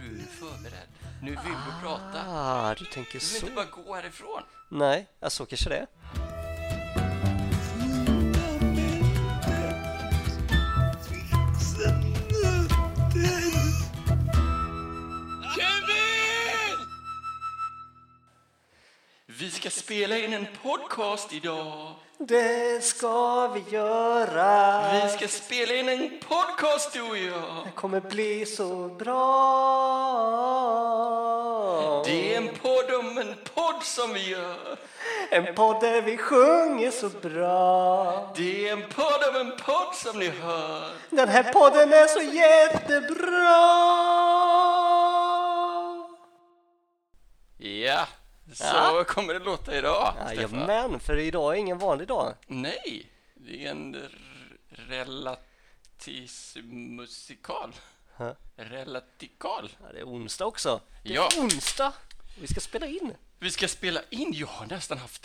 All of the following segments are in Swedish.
du är förberedd. Nu vill du prata. Du tänker Du vill så. inte bara gå härifrån. Nej, så kanske det. Vi ska spela in en podcast idag. Det ska vi göra. Vi ska spela in en podcast, du och jag. Det kommer bli så bra. Det är en podd om en podd som vi gör. En podd där vi sjunger så bra. Det är en podd om en podd som ni hör. Den här podden är så jättebra. Ja, så kommer det låta idag. Jajamän, för idag är ingen vanlig dag. Nej, det är en relativmusikal. Relatikal. Ja, det är onsdag också. Det är Ja. onsdag. Vi ska spela in. Vi ska spela in. Jag har nästan haft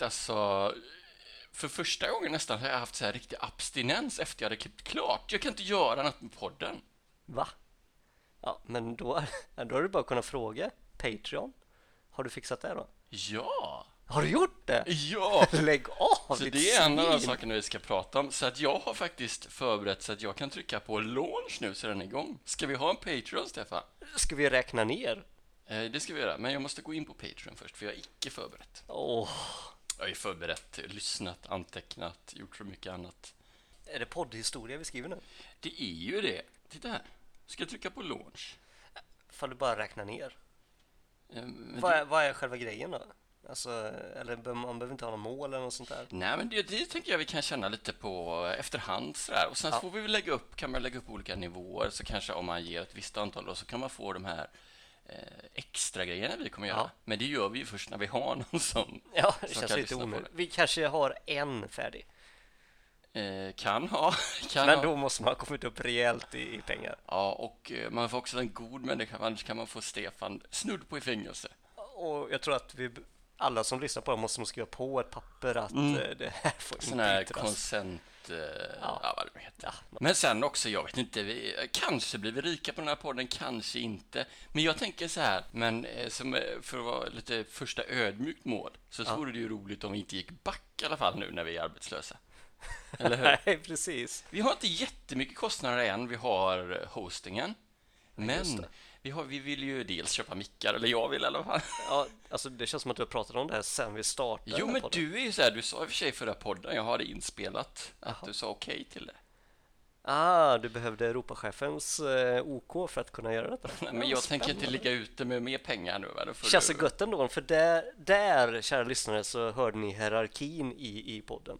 för första gången nästan har jag haft så här riktig abstinens efter jag hade klippt klart. Jag kan inte göra något med podden. Va? Ja, men då har du bara kunnat fråga Patreon. Har du fixat det då? Ja. Har du gjort det? Ja. Lägg av. Så det är en av de sakerna vi ska prata om. Så att jag har faktiskt förberett så att jag kan trycka på launch nu så den är igång. Ska vi ha en Patreon, Stefan? Ska vi räkna ner? Det ska vi göra, men jag måste gå in på Patreon först för jag är icke förberett. Jag är förberett, lyssnat, antecknat, gjort så mycket annat. Är det poddhistoria vi skriver nu? Det är ju det. Titta här. Ska jag trycka på launch? Får du bara räkna ner? Men Vad är själva grejen då? Alltså, eller man behöver inte ha någon mål eller något sånt där. Nej, men det tänker jag vi kan känna lite på efterhand sådär. Och sen får vi väl kan man lägga upp olika nivåer. Så kanske om man ger ett visst antal då, så kan man få de här extra grejerna vi kommer göra. Men det gör vi ju först när vi har någon som det som känns kan lite lyssna på onödigt. Vi kanske har en färdig. Kan ha. Men då måste man ha kommit upp rejält i pengar. Ja, och man får också en god människa, annars kan man få Stefan snudd på i fängelse. Och jag tror att alla som lyssnar på det måste nog skriva på ett papper att det här får sån här inte konsent, vad det heter. Men sen också, jag vet inte, kanske blir vi rika på den här podden, kanske inte. Men jag tänker så här, för att vara lite första ödmjukt mål, så vore det ju roligt om vi inte gick back i alla fall nu när vi är arbetslösa. Eller hur? Nej, precis. Vi har inte jättemycket kostnader än, vi har hostingen. Men vi vill ju dels köpa mickar, eller jag vill i alla fall. Ja, alltså det känns som att du har pratat om det här sen vi startade. Jo, men du är ju så här, du sa i och för sig förra podden, jag har det inspelat, att du sa okej till det. Du behövde Europachefens OK för att kunna göra detta. Nej, men jag tänker inte ligga ute med mer pengar nu. Känns så gött ändå, för där, kära lyssnare, så hörde ni hierarkin i podden.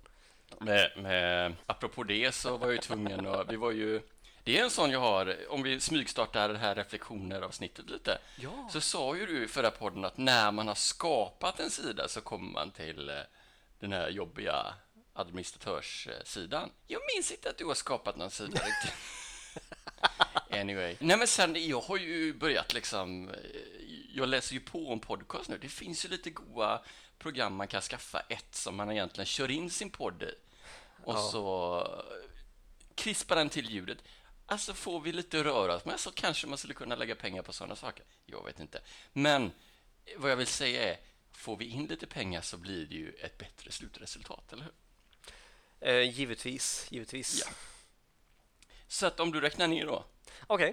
Apropå det så var jag ju tvungen att, det är en sån jag har, om vi smygstartar det här reflektioner-avsnittet lite, så sa ju du i förra podden att när man har skapat en sida så kommer man till den här jobbiga administratörssidan. Jag minns inte att du har skapat någon sida riktigt. Anyway. Nej, men sen, jag har ju börjat jag läser ju på om podcast nu. Det finns ju lite goda program man kan skaffa, ett som man egentligen kör in sin podd i. Och så krispar den till ljudet. Alltså får vi lite röra med, så kanske man skulle kunna lägga pengar på sådana saker. Jag vet inte. Men vad jag vill säga är, får vi in lite pengar så blir det ju ett bättre slutresultat, eller hur? Givetvis. Ja. Så att om du räknar ner då. Okej.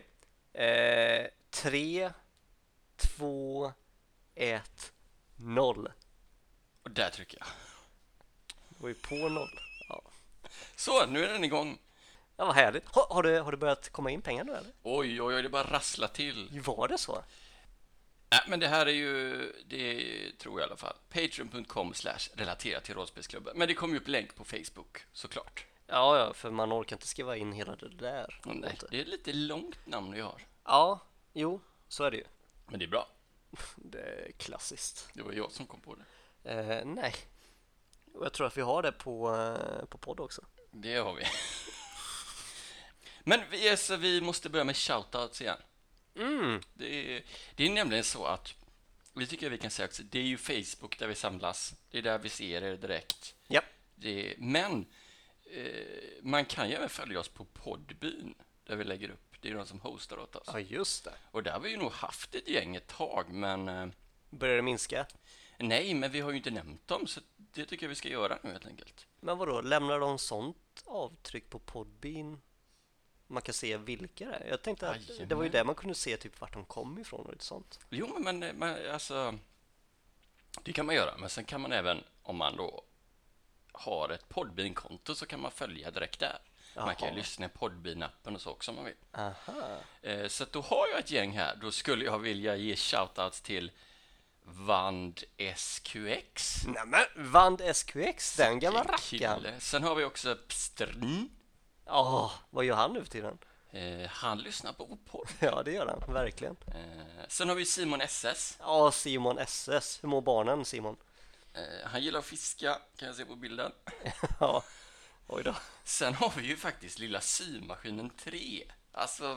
3, 2, 1, 0. Och där trycker jag. Det var ju på 0. Ja. Så, nu är den igång. Ja, vad härligt. Har det börjat komma in pengar nu, eller? Oj, det bara rasslar till. Var det så? Nej, men det här är ju, det tror jag i alla fall. Patreon.com/relaterat till rollspelsklubben. Men det kommer ju upp länk på Facebook, såklart. Ja, för man orkar inte skriva in hela det där. Nej, det är lite långt namn vi har. Ja, jo, så är det ju. Men det är bra. Det är klassiskt. Det var jag som kom på det. Nej. Och jag tror att vi har det på podd också. Det har vi. Men vi måste börja med shoutouts igen. Det är nämligen så att vi tycker att vi kan säga att det är ju Facebook där vi samlas. Det är där vi ser er direkt. Ja. Men man kan ju även följa oss på Podbean där vi lägger upp Det är ju de som hostar åt oss. Ja, just det. Och där har vi ju nog haft ett gäng ett tag, men Börjar det minska? nej, men vi har ju inte nämnt dem, så det tycker jag vi ska göra nu helt enkelt. Men vadå, lämnar de sånt avtryck på Podbean? Man kan se vilka det är. Jag tänkte att Jajamän. det var ju där man kunde se typ vart de kom ifrån och lite sånt. Jo, men alltså, det kan man göra, men sen kan man även, om man då har ett Podbean-konto, så kan man följa direkt där. Man kan ju Jaha. lyssna i Podbean-appen och så också om man vill. Aha. Så att då har jag ett gäng här. Då skulle jag vilja ge shoutouts till Vand SQX. Nämen, Vand SQX, den gamla rackaren. Kille. Sen har vi också Pstrn. Ja, vad gör han nu för tiden? Han lyssnar på Opodd. Ja, det gör han, verkligen. Sen har vi Simon SS. Ja, Simon SS. Hur mår barnen, Simon? Han gillar att fiska, kan jag se på bilden. Ja, oj då. Sen har vi ju faktiskt lilla symaskinen 3. Alltså,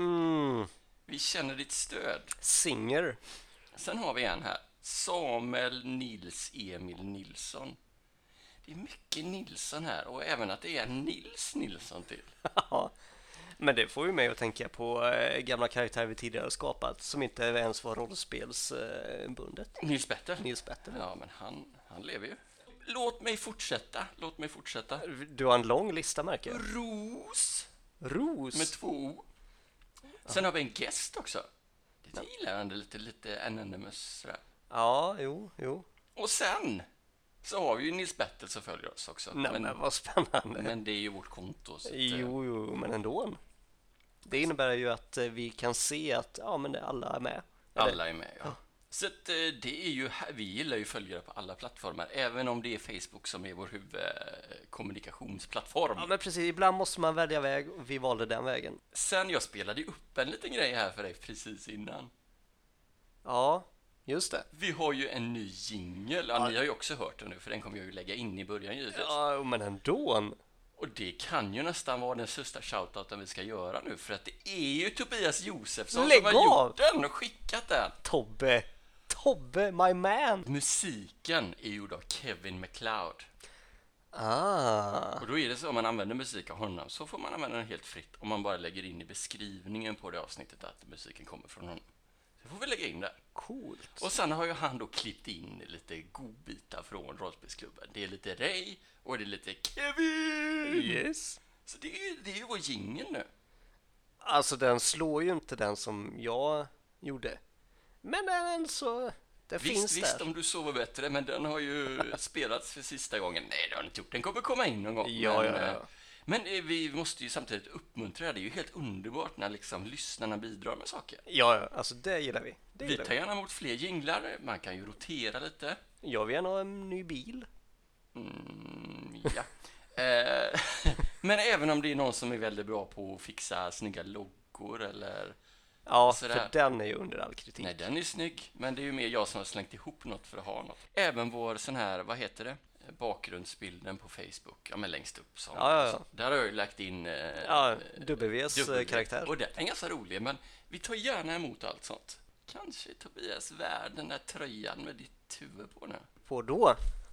vi känner ditt stöd. Singer. Sen har vi en här. Samuel Nils Emil Nilsson. Det är mycket Nilsson här, och även att det är Nils Nilsson till. Ja, men det får ju mig att tänka på gamla karaktärer vi tidigare skapat som inte ens var rollspelsbundet. Nils Petter. Nils Petter. Ja, men han lever ju. Låt mig fortsätta. Du har en lång lista, märker jag. Ros Ros. med 2 O. Sen har vi en gäst också. Det gillar han, lite anonymous sådär. Ja, jo. Och sen så har vi ju Nils Petter som följer oss också. Nej, men vad spännande. Men det är ju vårt konto. Så att, Jo, men ändå. Det innebär ju att vi kan se att men alla är med. Eller? alla är med, ja. Så att, det är ju, vi gillar ju följare på alla plattformar, även om det är Facebook som är vår huvudkommunikationsplattform. Ja, men precis. Ibland måste man välja väg och vi valde den vägen. Sen jag spelade ju upp en liten grej här för dig precis innan. Ja, just det. Vi har ju en ny jingle. Ja, ni har ju också hört den nu, för den kommer jag ju lägga in i början givetvis. Ja, men ändå. Och det kan ju nästan vara den största shoutouten vi ska göra nu, för att det är ju Tobias Josefsson Lägg som har av! gjort den och skickat den. Tobbe, my man. Musiken är gjord av Kevin MacLeod. Ah. Och då är det så, om man använder musik av honom så får man använda den helt fritt, om man bara lägger in i beskrivningen på det avsnittet att musiken kommer från honom. Så får vi lägga in där. Coolt. Och sen har ju han då klippt in lite godbitar från rollspelsklubben. Det är lite Ray och det är lite Kevin. Yes. Så det är ju vår jingle nu. Alltså den slår ju inte den som jag gjorde. Men den så... Den finns Visst, där. om du sover bättre, men den har ju spelats för sista gången. Nej, det har den inte gjort. Den kommer komma in någon gång. Ja. Men vi måste ju samtidigt uppmuntra det. Det är ju helt underbart när liksom lyssnarna bidrar med saker. Ja, alltså det gillar vi. Vi tar gärna emot fler jinglar. Man kan ju rotera lite. Jag vill gärna ha en ny bil. Ja. Men även om det är någon som är väldigt bra på att fixa snygga loggor eller... Ja, sådär. för den är ju under all kritik. Nej, den är snygg, men det är ju mer jag som har slängt ihop något för att ha något. Även vår sån här, vad heter det? Bakgrundsbilden på Facebook, ja men längst upp. Som, Ja. Där har jag ju lagt in W's karaktär. Och den är ganska rolig, men vi tar gärna emot allt sånt. Kanske Tobias värd, den där tröjan med ditt huvud på nu. På då?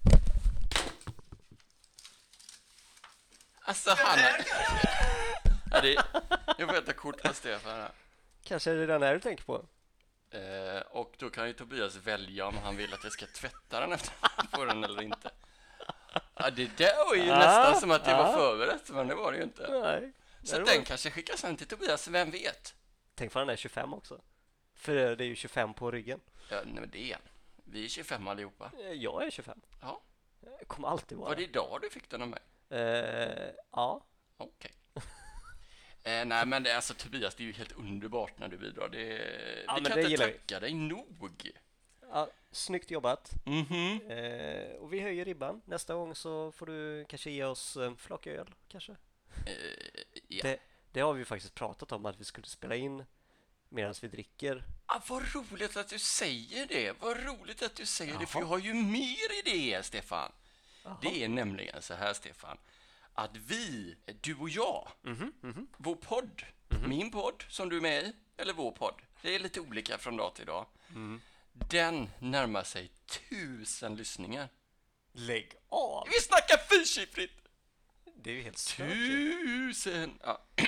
Alltså han... Ja, jag får äta kort med Stefan här. Kanske är det den här du tänker på? Och då kan ju Tobias välja om han vill att jag ska tvätta den efter han får den eller inte. Ja, det där var ju nästan som att det var förberett, men det var det ju inte. Nej. Så den kanske skickas sen till Tobias, vem vet? Tänk för den är 25 också. För det är ju 25 på ryggen. Ja, nej, men det är vi är 25 allihopa. Jag är 25. Ja. Jag kommer alltid vara. Var det idag du fick den av mig? Ja. Okej. Nej, men det, alltså Tobias, det är ju helt underbart när du bidrar. Vi kan det inte gillar tacka dig nog. Ja, snyggt jobbat. Mhm. Och vi höjer ribban. Nästa gång så får du kanske ge oss flak öl, kanske. Ja. Det har vi ju faktiskt pratat om, att vi skulle spela in medan vi dricker. Vad roligt att du säger det. Vad roligt att du säger det, för Jaha. jag har ju mer idéer, Stefan. Jaha. Det är nämligen så här, Stefan, att du och jag, vår podd, min podd som du är med i, eller vår podd, det är lite olika från dag till dag. Den närmar sig 1000 lyssningar. Lägg av! Vi snackar fyrsiffrigt! Det är ju helt stört. 1000! Ja.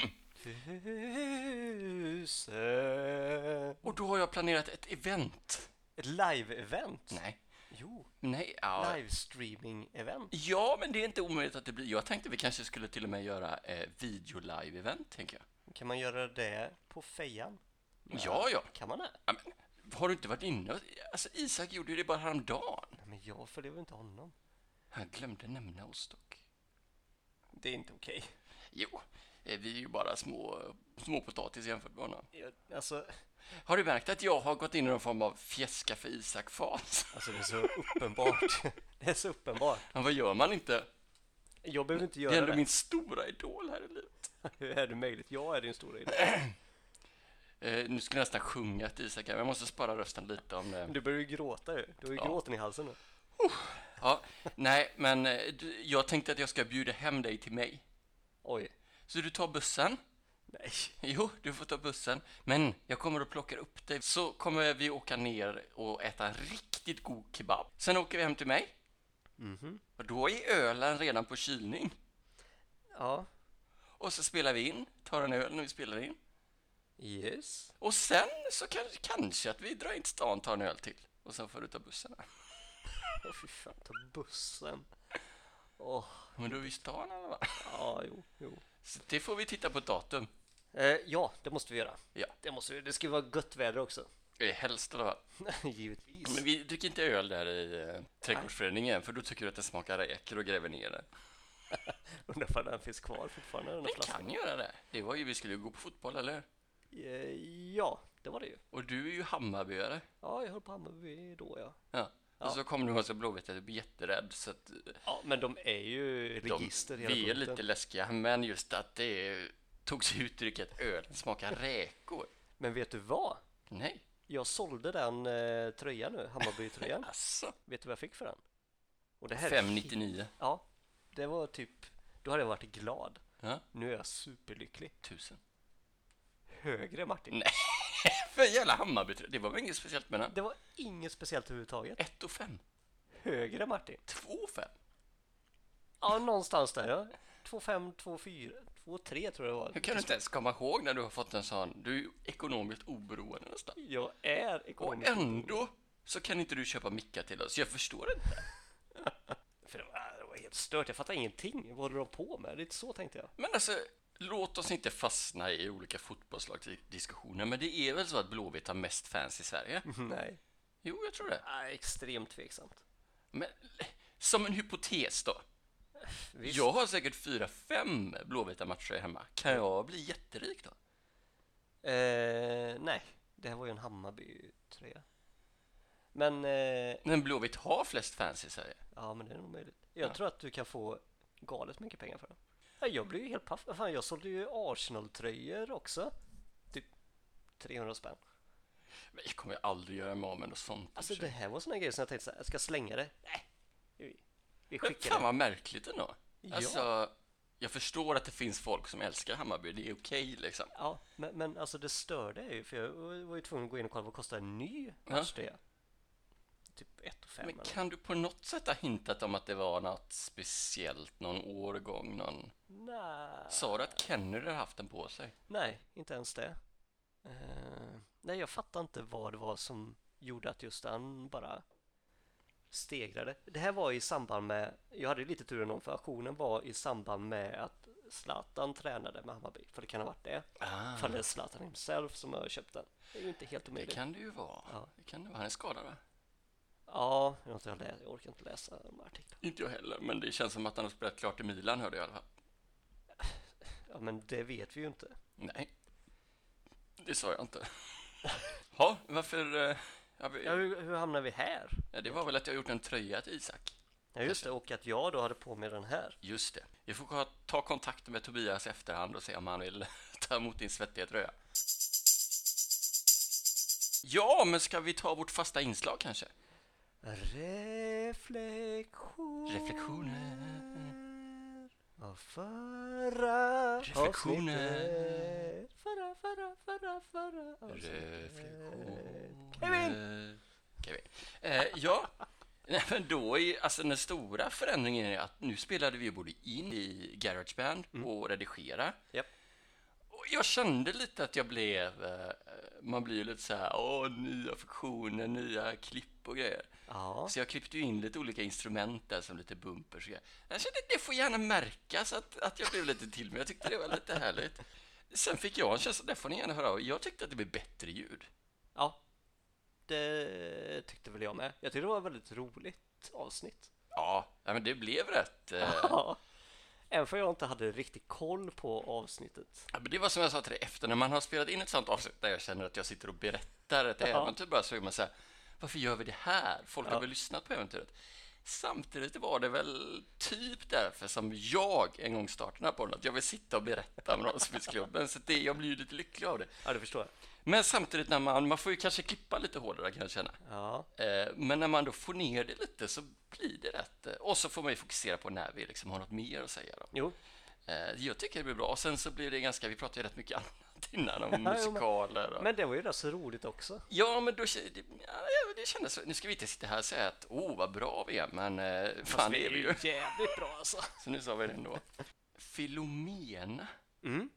1000. Och då har jag planerat ett event. Ett live-event? Nej. Jo, Nej, ja. livestreaming-event. Ja, men det är inte omöjligt att det blir. Jag tänkte vi kanske skulle till och med göra video-live-event, tänker jag. Kan man göra det på fejan? Ja. Kan man det? Ja, men, har du inte varit inne? Alltså, Isak gjorde ju det bara häromdagen. Nej, men jag följer väl inte honom. Han glömde nämna oss dock. Det är inte okej. Jo, vi är ju bara små potatis jämfört med honom. Alltså, Har du märkt att jag har gått in i någon form av fjäska för Isak-fas? alltså det är så uppenbart. Det är så uppenbart. Men vad gör man inte? Jag behöver inte Det göra är ändå det. min stora idol här i livet. Hur är det möjligt? Jag är din stora idol. Nu skulle jag nästan sjunga till Isak, men jag måste spara rösten lite om det. Du börjar ju gråta ju. Du har ju gråten i halsen nu. Ja, nej, men jag tänkte att jag ska bjuda hem dig till mig. Oj. Så du tar bussen? Nej. Jo, du får ta bussen. Men jag kommer att plocka upp dig. Så kommer vi åka ner och äta en riktigt god kebab. Sen åker vi hem till mig. Och då är ölen redan på kylning. Ja. Och så spelar vi in, tar en öl när vi spelar in. Yes. Och sen så kanske att vi drar in till stan, tar en öl till. Och sen får du ta bussen. Åh fy fan, ta bussen. Åh. Men då är vi i stan eller vad? Ja, jo. Så det får vi titta på ett datum. Ja, det måste vi göra. Ja. Det måste vi. Det ska vara gött väder också. Helst eller vad? Givetvis. Men vi dricker inte öl där i trädgårdsföreningen, för då tycker du att det smakar räkor och gräver ner den. Undrar om den finns kvar fortfarande, den här Den flaskan. kan göra det. Det var ju, vi skulle ju gå på fotboll, eller? Ja, det var det ju. Och du är ju Hammarbyare. Ja, jag höll på Hammarby då, ja. Ja. Och så kom du och så Blåvitt, jag blir jätterädd. Så att Ja, men de är ju register hela vi är bunten. lite läskiga, men just att det tog sig uttrycket ölen smakar räkor. Men vet du vad? Nej. Jag sålde den tröjan nu, Hammarby-tröjan. Asså. Vet du vad jag fick för den? Och det här 599. Ja, det var typ... Då hade jag varit glad. Ja. Nu är jag superlycklig. 1000. Högre, Martin. Nej, för jävla Hammarby. Det var väl inget speciellt med den? Det var inget speciellt överhuvudtaget. 1 och 5. Högre, Martin. 2 och 5. Ja, någonstans där, ja. 2,5, 2,4, 2,3 tror jag det var. Hur kan du inte ens komma ihåg när du har fått en sån? Du är ju ekonomiskt oberoende nästan. Jag är Och ekonomiskt... ändå så kan inte du köpa mickar till oss. Jag förstår inte. För det var helt stört. Jag fattar ingenting. Vad håller de på med? Det är inte så, tänkte jag. Men alltså, låt oss inte fastna i olika fotbollslagsdiskussioner. Men det är väl så att Blåvitt har mest fans i Sverige? Nej. Jo, jag tror det. Extremt tveksamt. Men som en hypotes då. Visst. Jag har säkert 4-5 Blåvita matcher hemma. Kan jag bli jätterik då? Nej, det här var ju en Hammarby-tröja. Men... Men Blåvitt har flest fans i Sverige. Ja, men det är nog möjligt. Jag tror att du kan få galet mycket pengar för det. Ja, jag blev ju helt paff. Fan, jag sålde ju Arsenal-tröjor också. Typ 300 spänn. Men jag kommer ju aldrig göra mig av med något sånt. Alltså det här var såna grejer som jag tänkte så här, jag ska slänga det. Nej, vi Men skickar fan det. vad märkligt ändå. Ja. Alltså, jag förstår att det finns folk som älskar Hammarby. Det är okej liksom. Ja, men alltså det störde ju, för jag var ju tvungen att gå in och kolla vad kostar en ny matchtröja. Typ 1,5 Men eller. kan du på något sätt ha hintat om att det var något speciellt, någon årgång, någon... Nej. Sa du att Kennedy har haft den på sig? Nej, inte ens det. Nej, jag fattar inte vad det var som gjorde att just den bara stegrade. Det här var i samband med, jag hade lite tur ändå, för aktionen var i samband med att Zlatan tränade med Hammarby. För det kan ha varit det. För det är Zlatan himself som har köpt den. Det är ju inte helt Det omöjligt. kan det ju vara. Ja. Det kan det vara. Han är skadad va? Ja, jag orkar inte läsa de här artiklarna. Inte jag heller, men det känns som att han har spelat klart i Milan, hörde jag i alla fall. Ja, men det vet vi ju inte. Nej, det sa jag inte. Ja, varför... Ja, hur hamnar vi här? Ja, det var väl att jag gjort en tröja till Isak. Ja, just det. Och att jag då hade på mig den här. Just det. Vi får ta kontakt med Tobias i efterhand och se om han vill ta emot din svettiga tröja. Ja, men ska vi ta vårt fasta inslag kanske? Reflektioner av förra Reflektioner. avsnittet. Förra Reflektioner. Kevin. Ja, nej, men då är alltså den stora förändringen är att nu spelade vi både in i GarageBand och redigera. Japp. Och jag kände lite att jag blev... man blir ju lite så här, nya funktioner, nya klipp och grejer. Ja. Så jag klippte ju in lite olika instrument där som lite bumpers och grejer. Jag kände att det får gärna märkas att jag blev lite till, men jag tyckte det var lite härligt. Sen fick jag en känsla, det får ni gärna höra av. Jag tyckte att det blev bättre ljud. Ja, det tyckte väl jag med. Jag tyckte det var ett väldigt roligt avsnitt. Ja, men det blev rätt. Ja. Även för jag inte hade riktigt koll på avsnittet. Ja, men det var som jag sa till dig efter, när man har spelat in ett sånt avsnitt där jag känner att jag sitter och berättar ett äventyr, bara så är man så här, varför gör vi det här? Folk har väl lyssnat på äventyret. Samtidigt var det väl typ därför som jag en gång startade på den, att jag vill sitta och berätta med rollspelsklubben, så jag blir ju lite lycklig av det. Ja, det förstår jag. Men samtidigt när man får ju kanske klippa lite hårdare, kan jag känna. Ja. Men när man då får ner det lite så blir det rätt. Och så får man ju fokusera på när vi liksom har något mer att säga då. Jo. Jag tycker det blir bra. Och sen så blir det ganska, vi pratade ju rätt mycket annat innan om musikaler. Och... Men det var ju rätt så roligt också. Ja, men då det kändes så. Nu ska vi inte sitta här och säga att vad bra vi är, men fan det är vi ju. Jävligt bra alltså. Så nu sa vi det ändå. Filomena. Mm.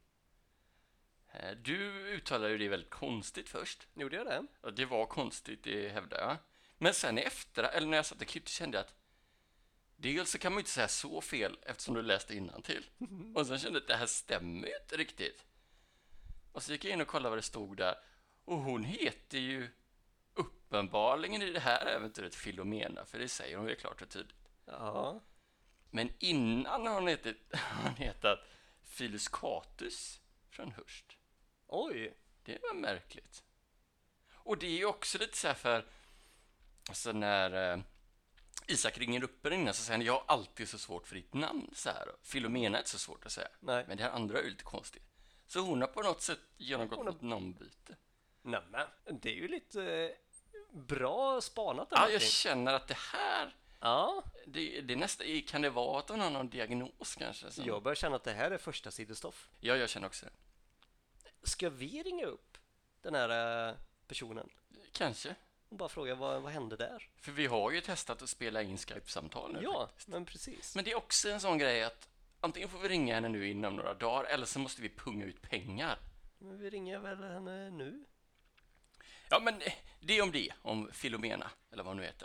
Du uttalade ju det väldigt konstigt först. Gjorde jag det? Och det var konstigt, det hävdar jag. Men sen efter, eller när jag satt och klippte, kände jag att dels så kan man ju inte säga så fel eftersom du läste innantill. Och sen kände jag att det här stämmer ju inte riktigt. Och så gick jag in och kollade vad det stod där. Och hon heter ju uppenbarligen i det här äventyret Filomena, för det säger hon ju klart och tydligt. Ja. Men innan har hon hetat Philiscatus från Hurst. Oj. Det var märkligt. Och det är ju också lite så här för... Alltså när Isak ringer upp en innan så säger han, jag har alltid så svårt för ditt namn. Så här. Filomena är inte så svårt att säga. Nej. Men det här andra är ju lite konstigt. Så hon har på något sätt genomgått ett namnbyte. Nej, men det är ju lite bra spanat. Ja, jag känner att det här... Ja. Det nästa, kan det vara att hon har någon diagnos kanske? Som... Jag börjar känna att det här är första sidostoff. Ja, jag känner också det. Ska vi ringa upp den här personen? Kanske. Och bara fråga vad hände där? För vi har ju testat att spela in Skype-samtal nu. Ja, faktiskt. men precis. Men det är också en sån grej att antingen får vi ringa henne nu inom några dagar eller så måste vi punga ut pengar. Men vi ringer väl henne nu? Ja, men det är om det, om Filomena, eller vad hon nu heter.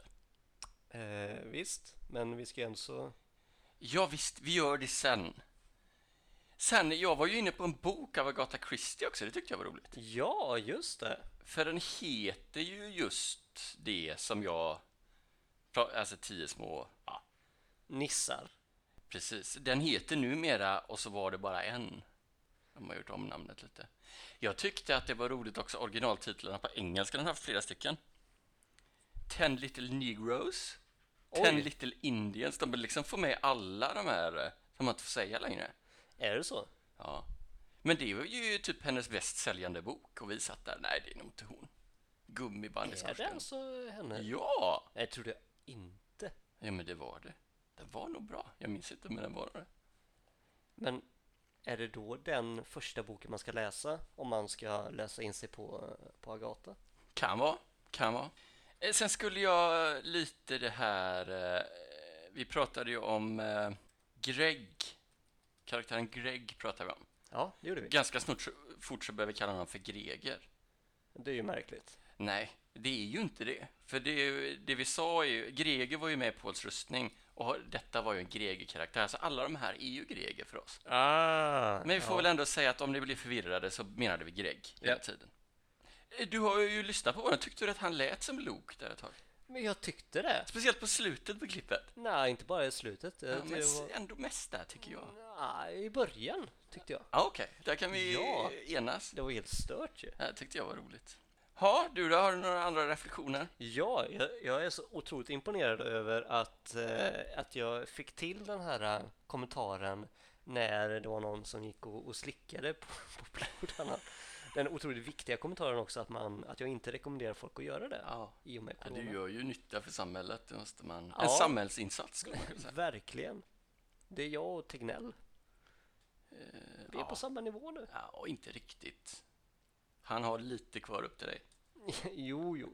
Visst, men vi ska ju ändå så... Ja, visst, vi gör det sen. Sen, jag var ju inne på en bok av Agatha Christie också, det tyckte jag var roligt. Ja, just det. För den heter ju just det som jag... Alltså 10 små... Ja, Nissar. precis. Den heter numera och så var det bara en. De har gjort om namnet lite. Jag tyckte att det var roligt också, originaltitlarna på engelska, den har haft flera stycken. 10 Little Negroes, 10 Little Indians, de vill liksom få med alla de här som man inte får säga längre. Är det så? Ja. Men det var ju typ hennes bäst säljande bok och vi satt där, nej det är nog inte hon. Gummiband i Är det skorsten. alltså henne? Ja! Jag tror det inte. Ja, men det var det. Den var nog bra. Jag minns inte, men den var det. Men är det då den första boken man ska läsa om man ska läsa in sig på Agatha? Kan vara, kan vara. Sen skulle jag lite det här... Vi pratade ju om Greg. Karaktären Greg pratade vi om. Ja, det gjorde vi. Ganska fort så började vi kalla honom för Greger. Det är ju märkligt. Nej, det är ju inte det. För det vi sa är ju... Greger var ju med i Pauls rustning. Och detta var ju en Greger-karaktär. Så alla de här är ju Greger för oss. Men vi får väl ändå säga att om ni blir förvirrade så menade vi Greg hela tiden. Du har ju lyssnat på honom. Tyckte du att han lät som Luke där ett tag? Men jag tyckte det. Speciellt på slutet på klippet. Nej, inte bara i slutet. Ja, men ändå mest där, tycker jag. Nej, i början tyckte jag. Ja, okej. Där kan vi enas. Det var helt stört ju. Det tyckte jag var roligt. Ja, du då? Har du några andra reflektioner? Ja, jag är så otroligt imponerad över att jag fick till den här kommentaren när det var någon som gick och slickade på blodarna. Den otroligt viktiga kommentaren också att jag inte rekommenderar folk att göra det. Ja, i och med corona. du gör ju nytta för samhället. Det måste man... En samhällsinsats skulle man kunna säga. Verkligen. Det är jag och Tegnell. Vi är på samma nivå nu. Ja, inte riktigt. Han har lite kvar upp till dig. Jo.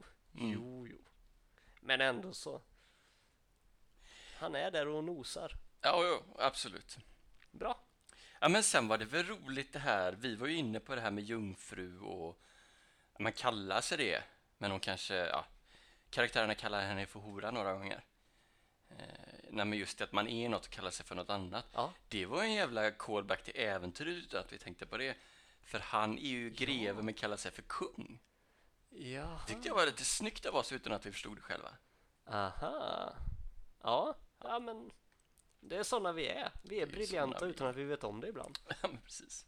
Men ändå så. Han är där och nosar. Ja, absolut. Bra. Ja, men sen var det väl roligt det här. Vi var ju inne på det här med jungfru och man kallar sig det. Men hon kanske, ja, karaktärerna kallar henne för hora några gånger. Nej, men just det att man är något och kallar sig för något annat. Ja. Det var en jävla callback till äventyret utan att vi tänkte på det. För han är ju greve men kallar sig för kung. Jaha. Tyckte jag var lite snyggt av oss utan att vi förstod det själva. Aha. Ja, ja men det är sådana vi är. Vi är Det är briljanta såna vi utan att vi vet om det ibland. Ja, men precis.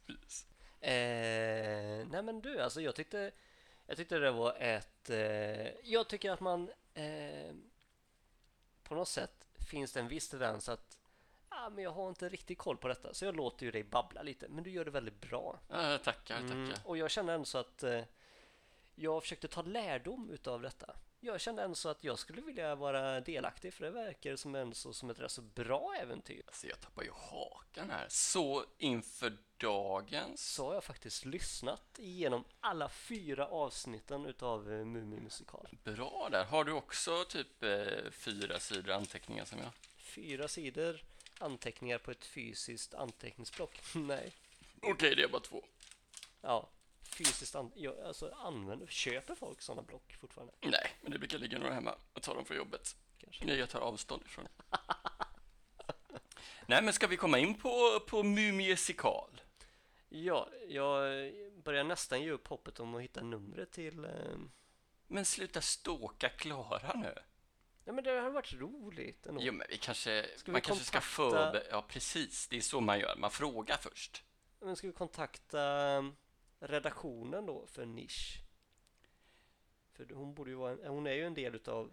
Nej men du, alltså jag tyckte det var jag tycker att man på något sätt finns det en viss tendens att men jag har inte riktigt koll på detta, så jag låter ju dig babbla lite, men du gör det väldigt bra. Tackar. Och jag känner ändå så att jag försökte ta lärdom utav detta. Jag kände ändå så att jag skulle vilja vara delaktig, för det verkar som ett rätt så bra äventyr. Alltså jag tappar ju hakan här. Så inför dagens... Så har jag faktiskt lyssnat igenom alla 4 avsnitten utav Mumimusikal. Bra där. Har du också typ 4 sidor anteckningar som jag? 4 sidor anteckningar på ett fysiskt anteckningsblock. Nej. Okej, det är bara 2. Ja, fysiskt köper folk sådana block fortfarande? Nej, men det brukar ligga några hemma. Jag tar dem från jobbet. Kanske. Nej, jag tar avstånd ifrån. Nej, men ska vi komma in på Mumimusikal? Ja, jag börjar nästan ge upp hoppet om att hitta numret till... Men sluta ståka Klara nu. Ja, men det har varit roligt ändå. Jo, men vi kanske... Ska man vi kanske ska Ja, precis. Det är så man gör. Man frågar först. Men ska vi kontakta redaktionen då för Nisch? För hon borde ju vara hon är ju en del utav...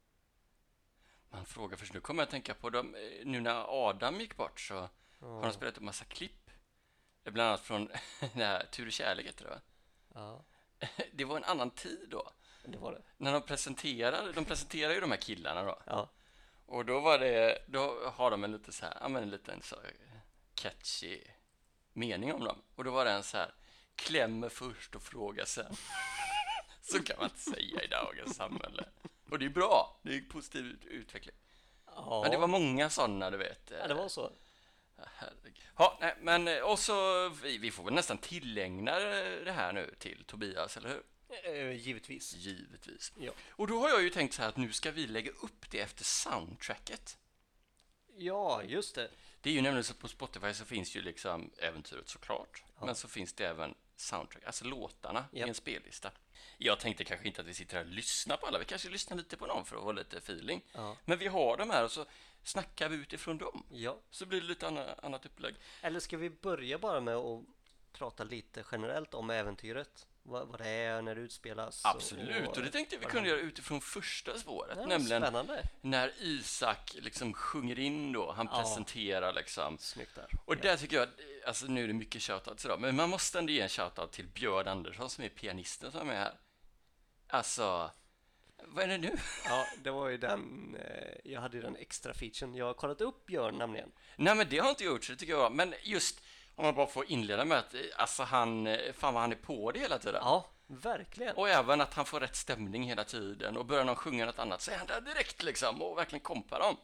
Man frågar först. Nu kommer jag att tänka på dem. Nu när Adam gick bort så har de spelat en massa klipp. Bland annat från det här Tur och kärlek heter det, va? Ja, Det var en annan tid då. det var det. När de presenterar ju de här killarna då. Ja. Och då har de en lite så här, ja men en liten så catchy mening om dem. Och då var det en så här, klämmer först och frågar sen. Så kan man inte säga i dagens samhälle. Och det är bra, det är positiv utveckling. Ja. Men det var många sådana, du vet. Ja, det var så. Herregud. Ja, nej, men och så vi får väl nästan tillägna det här nu till Tobias, eller hur? Givetvis. Givetvis. Ja. Och då har jag ju tänkt så här att nu ska vi lägga upp det efter soundtracket. Ja, just det. Det är ju nämligen så på Spotify så finns ju liksom äventyret såklart. Ja. Men så finns det även soundtrack, alltså låtarna i Ja. en spellista. Jag tänkte kanske inte att vi sitter här och lyssnar på alla. Vi kanske lyssnar lite på någon för att ha lite feeling. Ja. Men vi har dem här och så snackar vi utifrån dem. Ja. Så blir det lite annat upplägg. Eller ska vi börja bara med att prata lite generellt om äventyret? Vad det är, när det utspelas? Absolut, och det tänkte vi kunde göra utifrån första spåret. Ja, nämligen spännande. när Isak liksom sjunger in då. Han Ja. presenterar liksom. Snyggt där. Och där tycker jag, alltså nu är det mycket shoutouts idag, men man måste ändå ge en shoutout till Björn Andersson som är pianisten som är här. Alltså, vad är det nu? Ja, det var ju den, jag hade ju den extra featuren. Jag har kollat upp Björn nämligen. Nej, men det har jag inte gjort, så det tycker jag var. Men just, om man bara får inleda med att, alltså fan vad han är på det hela tiden. Ja, verkligen. Och även att han får rätt stämning hela tiden och börjar någon sjunga något annat så är han där direkt liksom och verkligen kompar dem.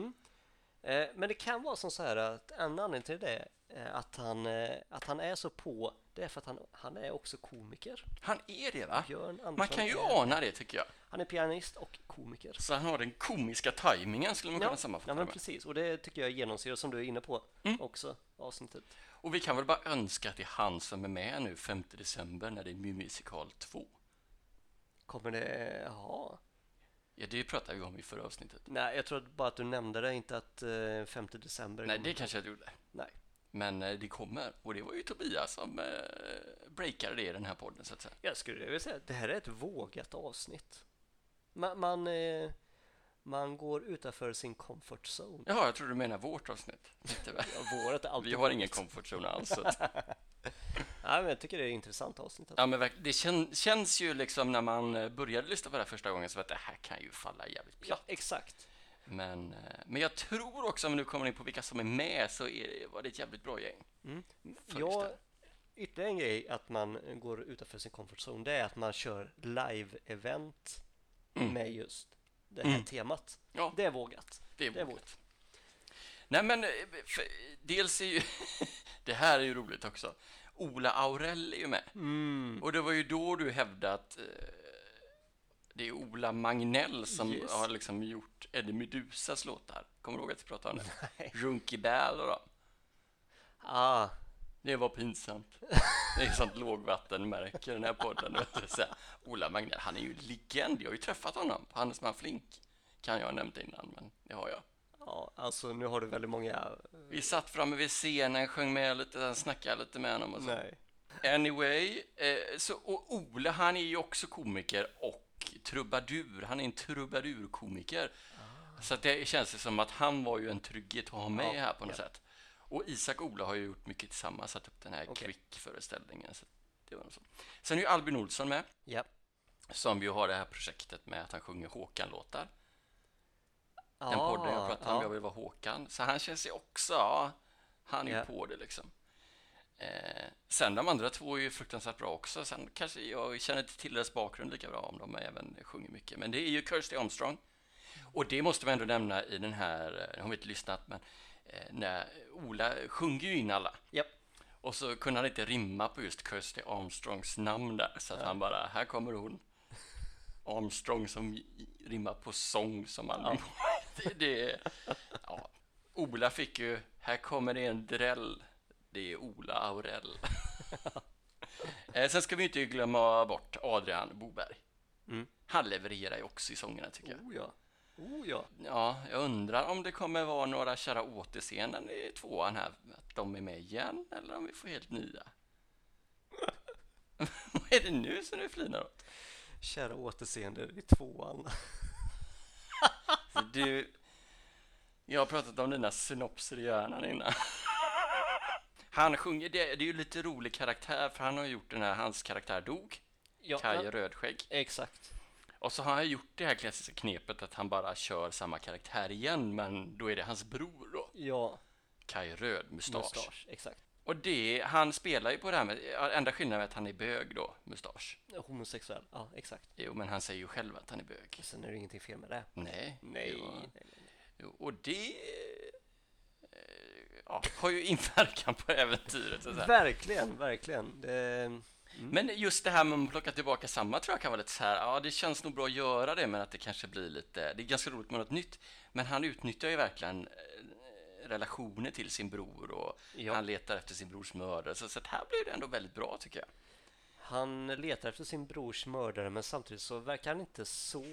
Men det kan vara som så här att en anledning till det att han är så på, det är för att han är också komiker. Han är det, va? Björn Andersson Man kan ju är- ana det, tycker jag. Han är pianist och komiker. Så han har den komiska tajmingen, skulle man kunna sammanfatta ja, men det med. precis. Och det tycker jag genomsyrar, som du är inne på också, avsnittet. Och vi kan väl bara önska att det är han som är med nu 5 december när det är Mumisikal 2. Kommer det... Ja. Ja, det pratade vi om i förra avsnittet. Nej, jag tror bara att du nämnde det, inte att 5 december... Nej, kommer. det kanske jag inte gjorde. Nej. Men det kommer. Och det var ju Tobias som breakade det i den här podden, så att säga. Jag skulle vilja säga att det här är ett vågat avsnitt. Man går utanför sin comfort zone. Jaha, jag tror du menar vårt avsnitt. Inte väl? Ja, vårat är alltid Vi har ingen comfort zone alls. Så att... Nej, men jag tycker det är ett intressant avsnitt. Ja, men det känns ju liksom när man började lyssna på det här första gången så att det här kan ju falla jävligt Ja, platt. exakt. Men jag tror också, om vi nu kommer in på vilka som är med, så var det ett jävligt bra gäng. Ja, ytterligare en grej att man går utanför sin comfort zone, det är att man kör live-event med just det här temat. Ja. Det är vågat. Det är Det är vågat. Nej, men dels är ju det här är ju roligt också. Ola Aurell är ju med. Och det var ju då du hävdade att det är Ola Magnell som har liksom gjort Eddie Medusas låtar. Kommer du ihåg att vi pratade om det? Nej. Runky Bell då. Ah, Det var pinsamt. Det är sånt lågvattenmärke den här podden. Ola Magnell, han är ju legend. Jag har ju träffat honom på Handelsman Flink. Kan jag ha nämnt innan, men det har jag. ja, alltså nu har du väldigt många... Vi satt framme vid scenen, sjöng med lite, snackade lite med honom och så. Nej. Anyway, och Ola, han är ju också komiker och trubadur. Han är en trubadurkomiker. Så att det känns som att han var ju en trygghet att ha med här på något sätt. Och Isak och Ola har ju gjort mycket tillsammans, satt upp den här Quick-föreställningen. Så det var så. Sen är ju Albin Olsson med. Ja. Som ju har det här projektet med att han sjunger Håkan-låtar. Den podden jag pratade om, jag vill vara Håkan. Så han känns ju också, han är ju på det liksom. Sen de andra två är ju fruktansvärt bra också. Sen kanske jag känner inte till deras bakgrund lika bra om de även sjunger mycket. Men det är ju Kirsty Armstrong. Och det måste man ändå nämna i den här, jag har inte lyssnat, men när Ola sjunger ju in alla. Yep. Och så kunde han inte rimma på just Kirsty Armstrongs namn där. Så att han bara, här kommer hon. Armstrong som rimmar på sång som han... Ja. Ola fick ju, här kommer det en dräll. Det är Ola Aurell. Sen ska vi inte glömma bort Adrian Boberg. Han levererar ju också i sångerna tycker jag. Ja, jag undrar om det kommer vara några kära återscener i tvåan här. Att de är med igen eller om vi får helt nya. Vad är det nu som du flinar åt? Kära återseende i tvåan. Jag har pratat om dina synopser i hjärnan innan. Han sjunger, det är ju lite rolig karaktär för han har gjort den här, hans karaktär dog. Kaj Rödskägg. Exakt. Och så har han gjort det här klassiska knepet att han bara kör samma karaktär igen, men då är det hans bror då. Ja. Kaj Röd, mustasch. Exakt. Och han spelar ju på det här med, enda skillnaden är att han är bög då, mustasch. Homosexuell, ja exakt. Jo, men han säger ju själv att han är bög. Sen är det ingenting fel med det. Nej. Jo, och det har ju inverkan på äventyret. Så Verkligen. Men just det här med att plocka tillbaka samma tror jag kan vara lite så här, ja det känns nog bra att göra det, men att det kanske blir lite, det är ganska roligt med något nytt. Men han utnyttjar ju verkligen relationer till sin bror och han letar efter sin brors mördare. Så här blir det ändå väldigt bra tycker jag. Han letar efter sin brors mördare, men samtidigt så verkar han inte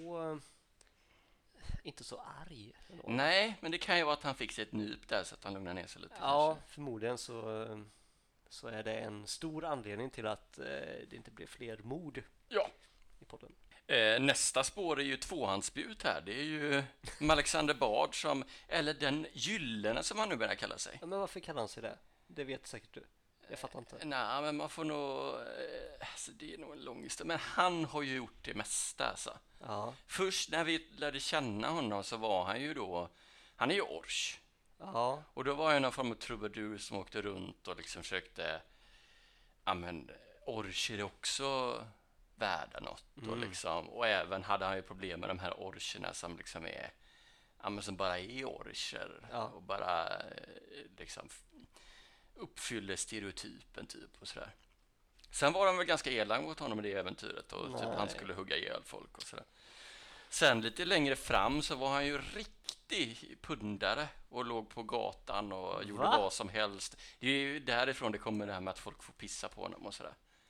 så arg. Nej, men det kan ju vara att han fick sig ett nyp där så att han lugnar ner sig lite. Ja, kanske. förmodligen så är det en stor anledning till att det inte blir fler mord i podden. Nästa spår är ju tvåhandsbjut här. Det är ju Alexander Bard som, eller den gyllene som han nu börjar kalla sig. Men varför kallar han sig det? Det vet säkert du. Jag fattar inte. Nej, men man får nog, alltså det är nog en lång historia. Men han har ju gjort det mesta alltså. Ja. Först när vi lärde känna honom så var han ju då, han är ju orch. Ja. Och då var jag någon form av trubadur som åkte runt och liksom försökte, ja men orcher är också värda något och liksom, och även hade han ju problem med de här orcherna som liksom är, ja men som bara är orcher och bara liksom uppfyller stereotypen typ och sådär. Sen var de väl ganska elaka mot honom i det äventyret och typ han skulle hugga ihjäl folk och sådär. Sen lite längre fram så var han ju riktig pundare och låg på gatan och gjorde vad som helst. Det är ju därifrån det kommer det här med att folk får pissa på honom och sådär.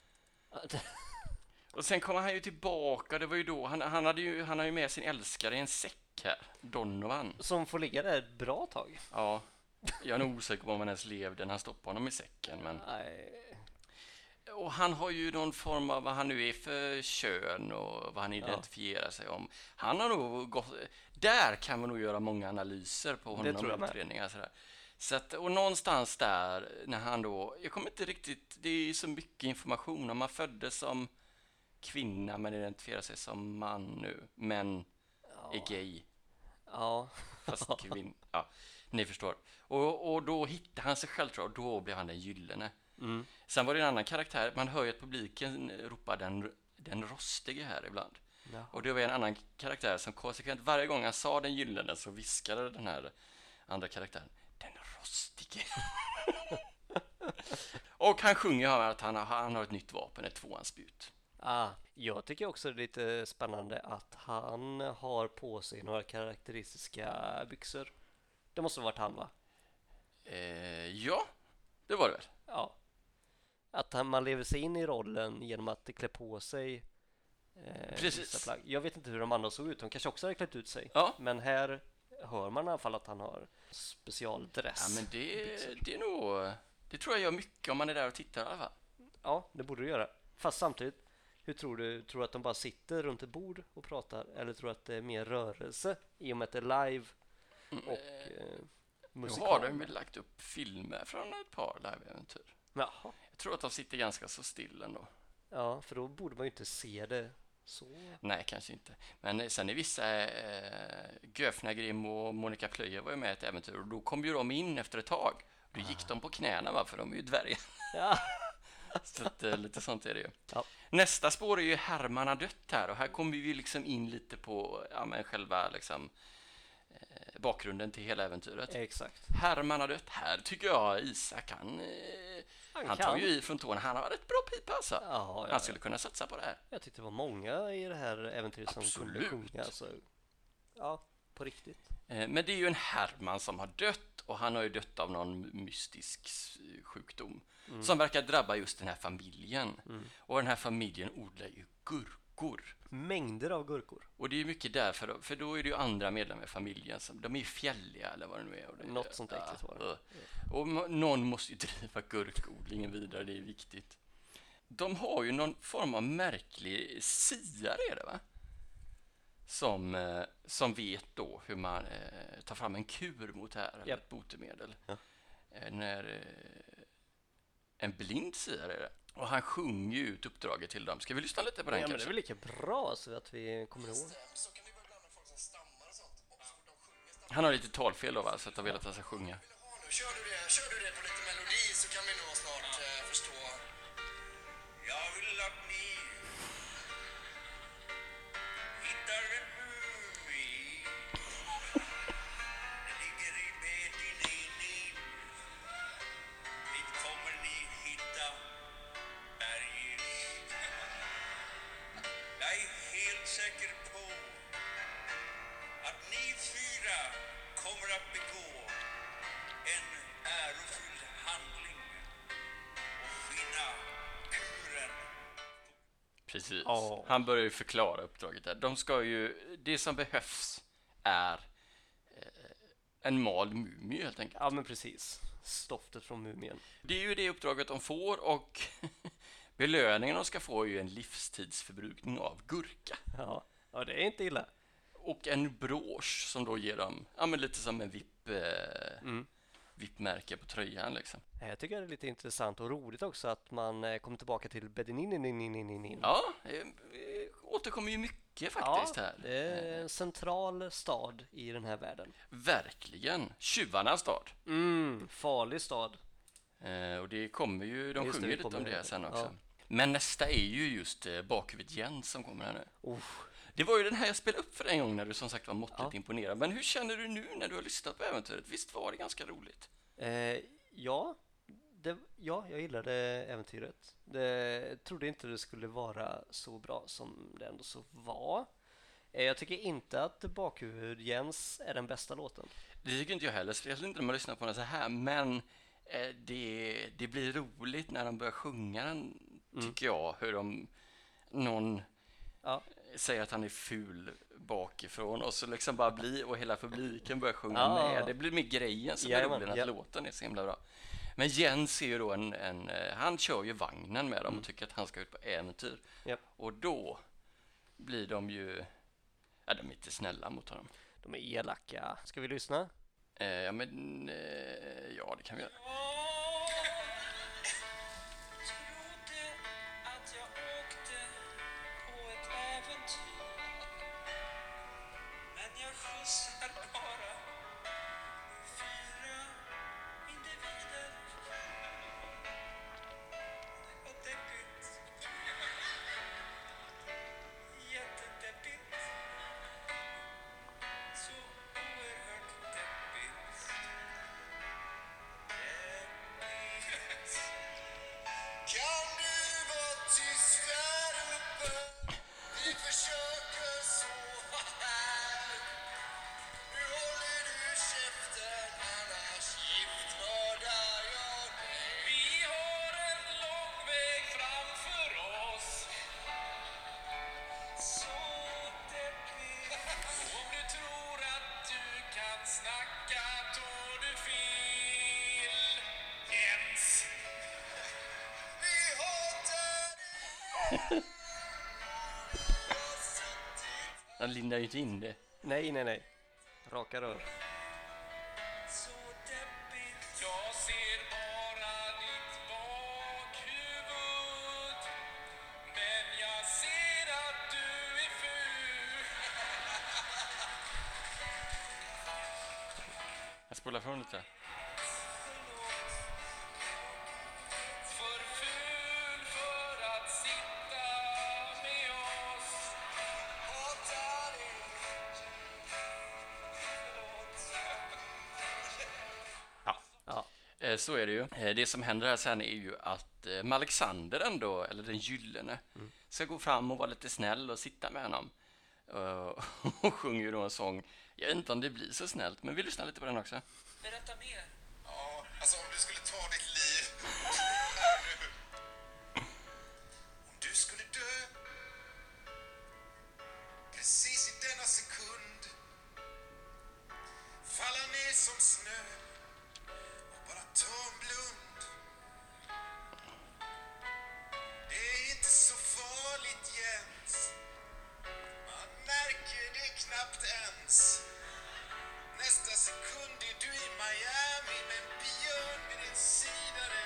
Och sen kommer han ju tillbaka, det var ju då, han har ju med sin älskare i en säck här, Donovan. Som får ligga där ett bra tag. Ja, jag är nog osäker på om han ens levde när han stoppade honom i säcken. Men... Nej. Och han har ju någon form av vad han nu är för kön och vad han identifierar sig om. Han har nog gått, där kan man nog göra många analyser på honom. Det tror jag med. Utredningar, sådär. Så att, och någonstans där när han då, jag kommer inte riktigt, det är så mycket information om man föddes som kvinna men identifierar sig som man nu, men är gay. Ja. Fast kvinna, ja, ni förstår. Och då hittade han sig själv tror jag, och då blev han den gyllene. Sen var det en annan karaktär, man hör ju att publiken ropar den rostige här ibland. Och det var en annan karaktär som konsekvent varje gång han sa den gyllene så viskade den här andra karaktären Frostige. Och han sjunger att han har ett nytt vapen, ett tvåhandsspjut. Jag tycker också det är lite spännande att han har på sig några karaktäristiska byxor. Det måste ha varit han, va? Ja, det var det väl. Ja. Att man lever sig in i rollen genom att klä på sig vissa plagg. Jag vet inte hur de andra såg ut. De kanske också hade klätt ut sig. Ja. Men här hör man i alla fall att han har specialdress. Ja, men det är nog... Det tror jag gör mycket om man är där och tittar i alla fall. Ja, det borde du göra. Fast samtidigt, hur tror du? Tror du att de bara sitter runt ett bord och pratar? Eller tror du att det är mer rörelse i och med att det är live och musikal? Nu har de väl lagt upp filmer från ett par live-äventyr. Jaha. Jag tror att de sitter ganska så still ändå. Ja, för då borde man ju inte se det så. Nej, kanske inte. Men sen är vissa Göfner Grimm och Monica Plöjer var ju med i ett äventyr och då kom ju de in efter ett tag. Då gick de på knäna, va? För de är ju dvärgar. Ja. Så att, lite sånt är det ju. Ja. Nästa spår är ju Herman har dött här och här kommer vi liksom in lite på själva liksom, bakgrunden till hela äventyret. Exakt. Herman har dött här tycker jag Isak han tar ju i från tårna. Han har ett bra pipa alltså. Ja, han skulle kunna satsa på det här. Jag tyckte det var många i det här äventyret som kunde sjunga. Alltså, ja, på riktigt. Men det är ju en Herman som har dött och han har ju dött av någon mystisk sjukdom som verkar drabba just den här familjen. Och den här familjen odlar ju gurkor. Mängder av gurkor. Och det är ju mycket därför, för då är det ju andra medlemmar i familjen som, de är ju fjälliga eller vad det nu är. Och det, något sånt äckligt var det. Och någon måste ju driva gurkodlingen vidare, det är viktigt. De har ju någon form av märklig siare är det va? Som vet då hur man tar fram en kur mot det här, eller ett botemedel. Ja. En blind siare är det. Och han sjunger ju ut uppdraget till dem. Ska vi lyssna lite på den Ja, kanske? men det är väl lika bra så att vi kommer ihåg. Han har lite talfel då va, så att de vill att han ska sjunga. Kör du det på lite melodi så kan vi nog snart förstå. Jag vill att ni hittar en mumi. Den ligger i Medellin. Dit kommer ni hitta berget. Jag är helt säker på att ni fyra kommer att begå en ärofylld handling och finna kuren. Precis. Ja. Han börjar ju förklara uppdraget där. De ska ju, det som behövs är en mal mumie helt enkelt. Ja, men precis. Stoftet från mumien. Det är ju det uppdraget de får och belöningen de ska få är ju en livstidsförbrukning av gurka. Ja, det är inte illa. Och en brosch som då ger dem, ja men lite som en VIP-märke på tröjan liksom. Jag tycker det är lite intressant och roligt också att man kommer tillbaka till Bedinin. Ja, återkommer ju mycket faktiskt här. Det är en central stad i den här världen. Verkligen. Tjuvarnas stad. Farlig stad. Och det kommer ju, de Just det, sjunger det lite om kommer det det. sen också. Ja. Men nästa är ju just bakhuvudet Jens som kommer här nu. Uff. Det var ju den här jag spelade upp för en gång när du som sagt var måttligt imponerad. Men hur känner du nu när du har lyssnat på äventyret? Visst var det ganska roligt? Ja, jag gillade äventyret. Jag trodde inte det skulle vara så bra som det ändå så var. Jag tycker inte att Bakhuvud Jens är den bästa låten. Det tycker inte jag heller, speciellt inte när man lyssnar på den så här. Men det blir roligt när de börjar sjunga den, tycker jag. Hur någon säger att han är ful bakifrån och så liksom bara och hela publiken börjar sjunga med. Det blir med grejen som är rolig, att låten är så himla bra. Men Jens är ju då han kör ju vagnen med dem och tycker att han ska ut på äventyr. Och då blir de ju, de är inte snälla mot honom. De är elaka. Ska vi lyssna? Ja, det kan vi göra. Trodde att jag åkte på ett äventyr, men jag skjutsar bara 4 individer. Och deppigt. Jättedeppigt. Så oerhört deppigt. Han lindar ju inte in det. Nej. Raka rör. Så deppigt. Jag ser bara ditt bakhuvud. Men jag ser att du är ful. Jag spolar från lite. För ful för att sitta med oss. Och darling. Ja. Så är det ju. Det som händer här sen är ju att Alexander ändå, eller den gyllene, ska gå fram och vara lite snäll och sitta med honom. Och sjunger ju då en sång. Jag vet inte om det blir så snällt, men vi lyssnar lite på den också. Berätta mer. Ja, alltså om du skulle ta ditt liv. Om du skulle dö. Precis i denna sekund. Falla ner som snö. Och bara ta en blund. Det är inte så farligt Jens. Man märker det knappt ens. Nästa sekund är du i Miami med en björn vid din sida. Det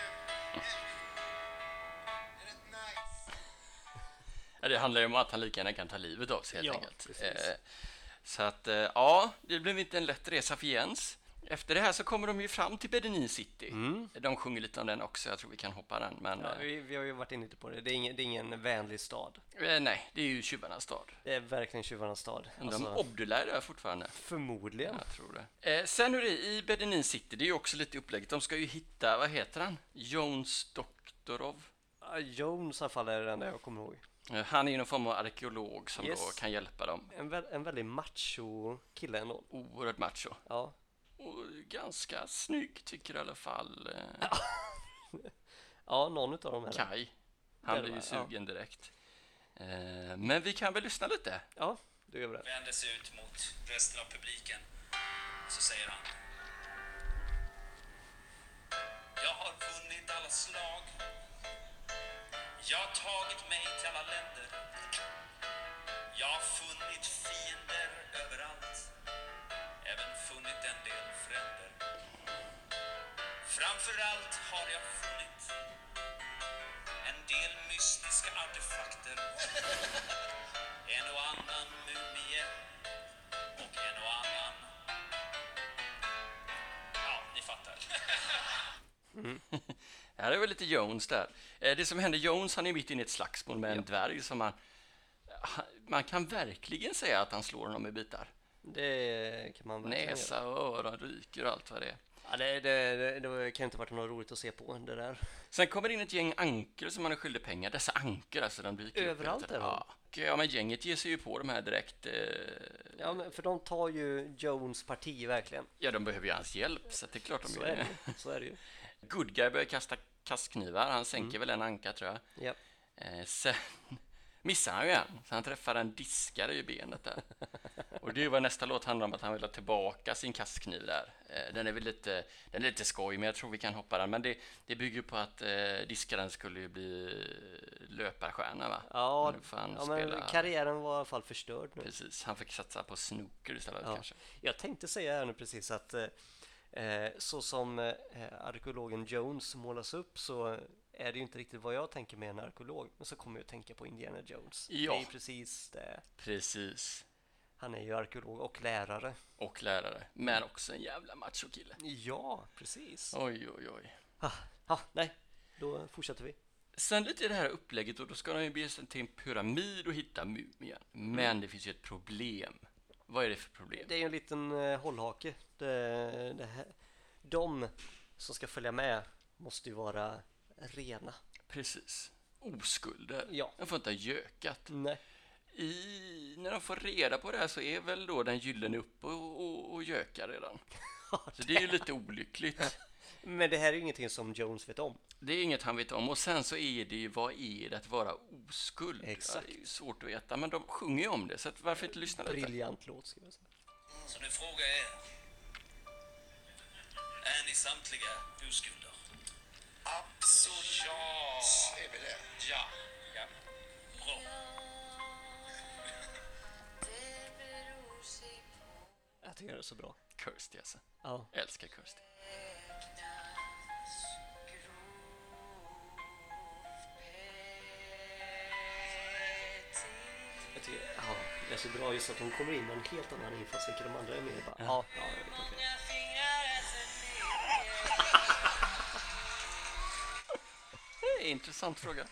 är rätt nice. Ja, det handlar ju om att han lika gärna kan ta livet av sig helt Ja, enkelt. precis. Så att, ja, det blev inte en lätt resa för Jens. Efter det här så kommer de ju fram till Bedenin City. De sjunger lite om den också, jag tror vi kan hoppa den. Men Ja, vi har ju varit inne lite på det. Det är ingen vänlig stad. nej, det är ju tjuvarnas stad. Det är verkligen tjuvarnas stad. Undrar om Obdullah är där fortfarande. Förmodligen. Jag tror det. Sen är det i Bedenin City, det är ju också lite upplägget. De ska ju hitta, vad heter han? Jones Doktorov. Jones i alla fall är det enda jag kommer ihåg. Han är ju någon form av arkeolog som Yes. då kan hjälpa dem. En väldigt macho kille ändå. Oerhört macho. Ja. Och ganska snygg tycker jag i alla fall. Ja, någon utav dem är det. Kai. Det Han är blir ju det, ja. sugen direkt. Men vi kan väl lyssna lite. Ja, då gör vi det. Vänder sig ut mot resten av publiken. Så säger han. Jag har vunnit alla slag. Jag har tagit mig till alla länder. Jag har funnit fiender överallt. Även funnit en del fränder. Framförallt har jag funnit en del mystiska artefakter. En och annan mumie och en och annan... Ja, ni fattar. Ja, det var lite Jones där. Det som hände, Jones han är mitt inne i ett slagsmål med en dvärg som man kan verkligen säga att han slår honom i bitar. Det kan man verkligen göra. Näsa och öron ryker och allt vad det är. Ja, det kan inte varit något roligt att se på det där. Sen kommer det in ett gäng anker som man är skyldig pengar. Dessa anker, alltså de dyker upp Överallt lite. är de. Ja. Ja, men gänget ger sig ju på de här direkt. Ja, men för de tar ju Jones parti verkligen. Ja, de behöver ju hans hjälp, så det är klart de Så gör är det. det, så är det ju. Good Guy börjar kasta kastknivar. Han sänker väl en anka, tror jag. Ja. Sen missar han ju en, så han träffar en diskare i benet där. Och det är ju vad nästa låt handlar om, att han vill ha tillbaka sin kastkniv där. Den är lite skoj, men jag tror vi kan hoppa den. Men det bygger på att diskaren skulle ju bli löparstjärna, va? Ja, Nu får han ja men spela... karriären var i alla fall förstörd nu. Precis, han fick satsa på snooker istället Ja. kanske. Jag tänkte säga här nu precis att så som arkeologen Jones målas upp så är det ju inte riktigt vad jag tänker med en arkeolog. Men så kommer jag att tänka på Indiana Jones. Ja. Det är ju precis det. Precis. Han är ju arkeolog och lärare. Och lärare, men också en jävla machokille. Ja, precis. Oj, oj, oj. Nej, då fortsätter vi. Sen lite i det här upplägget, och då ska de ju bege sig till en pyramid och hitta mumien. Men det finns ju ett problem. Vad är det för problem? Det är ju en liten hållhake. De som ska följa med måste ju vara rena. Precis. Oskulder. Ja. De får inte ha gökat. Nej. När de får reda på det här så är väl då den gyllene uppe och gökar redan. Så det är ju lite olyckligt. Men det här är ju ingenting som Jones vet om. Det är inget han vet om. Och sen så är det ju, vad är det att vara oskuld? Exakt. Ja, det är ju svårt att veta, men de sjunger ju om det. Så att varför inte lyssna lite? Briljant låt, ska jag säga. Så nu frågar jag er. Är ni samtliga oskulder? Absolut. Ja. Är vi det? Ja. Ja. tycker det är så bra. Kirsty alltså. Ja. Jag älskar Kirsty. Jag tycker, det är så bra just att hon kommer in med en helt annan infallsvinkel. De andra är mer bara, jag vet inte. Det är en intressant fråga.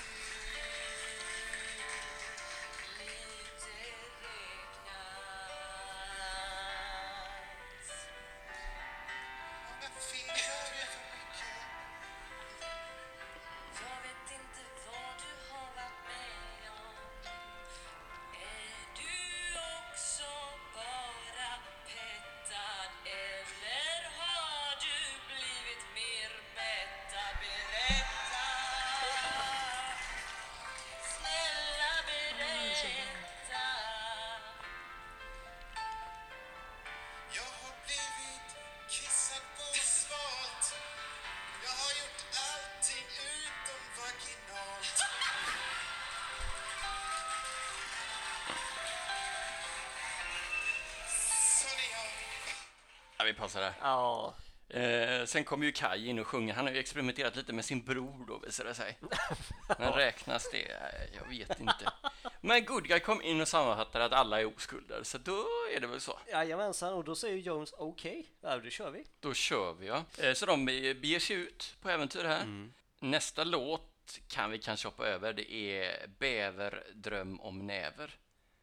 Ja, vi passar där. Ja. Sen kommer ju Kai in och sjunger. Han har ju experimenterat lite med sin bror då, visar det sig. Men räknas det? Jag vet inte. Men Good Guy kom in och sammanfattade att alla är oskulder. Så då är det väl så. Jajamensan, och då säger Jones okej. Ja, då kör vi. Då kör vi, ja. Så de beger sig ut på äventyr här. Nästa låt kan vi kanske hoppa över. Det är Bäver, dröm om näver.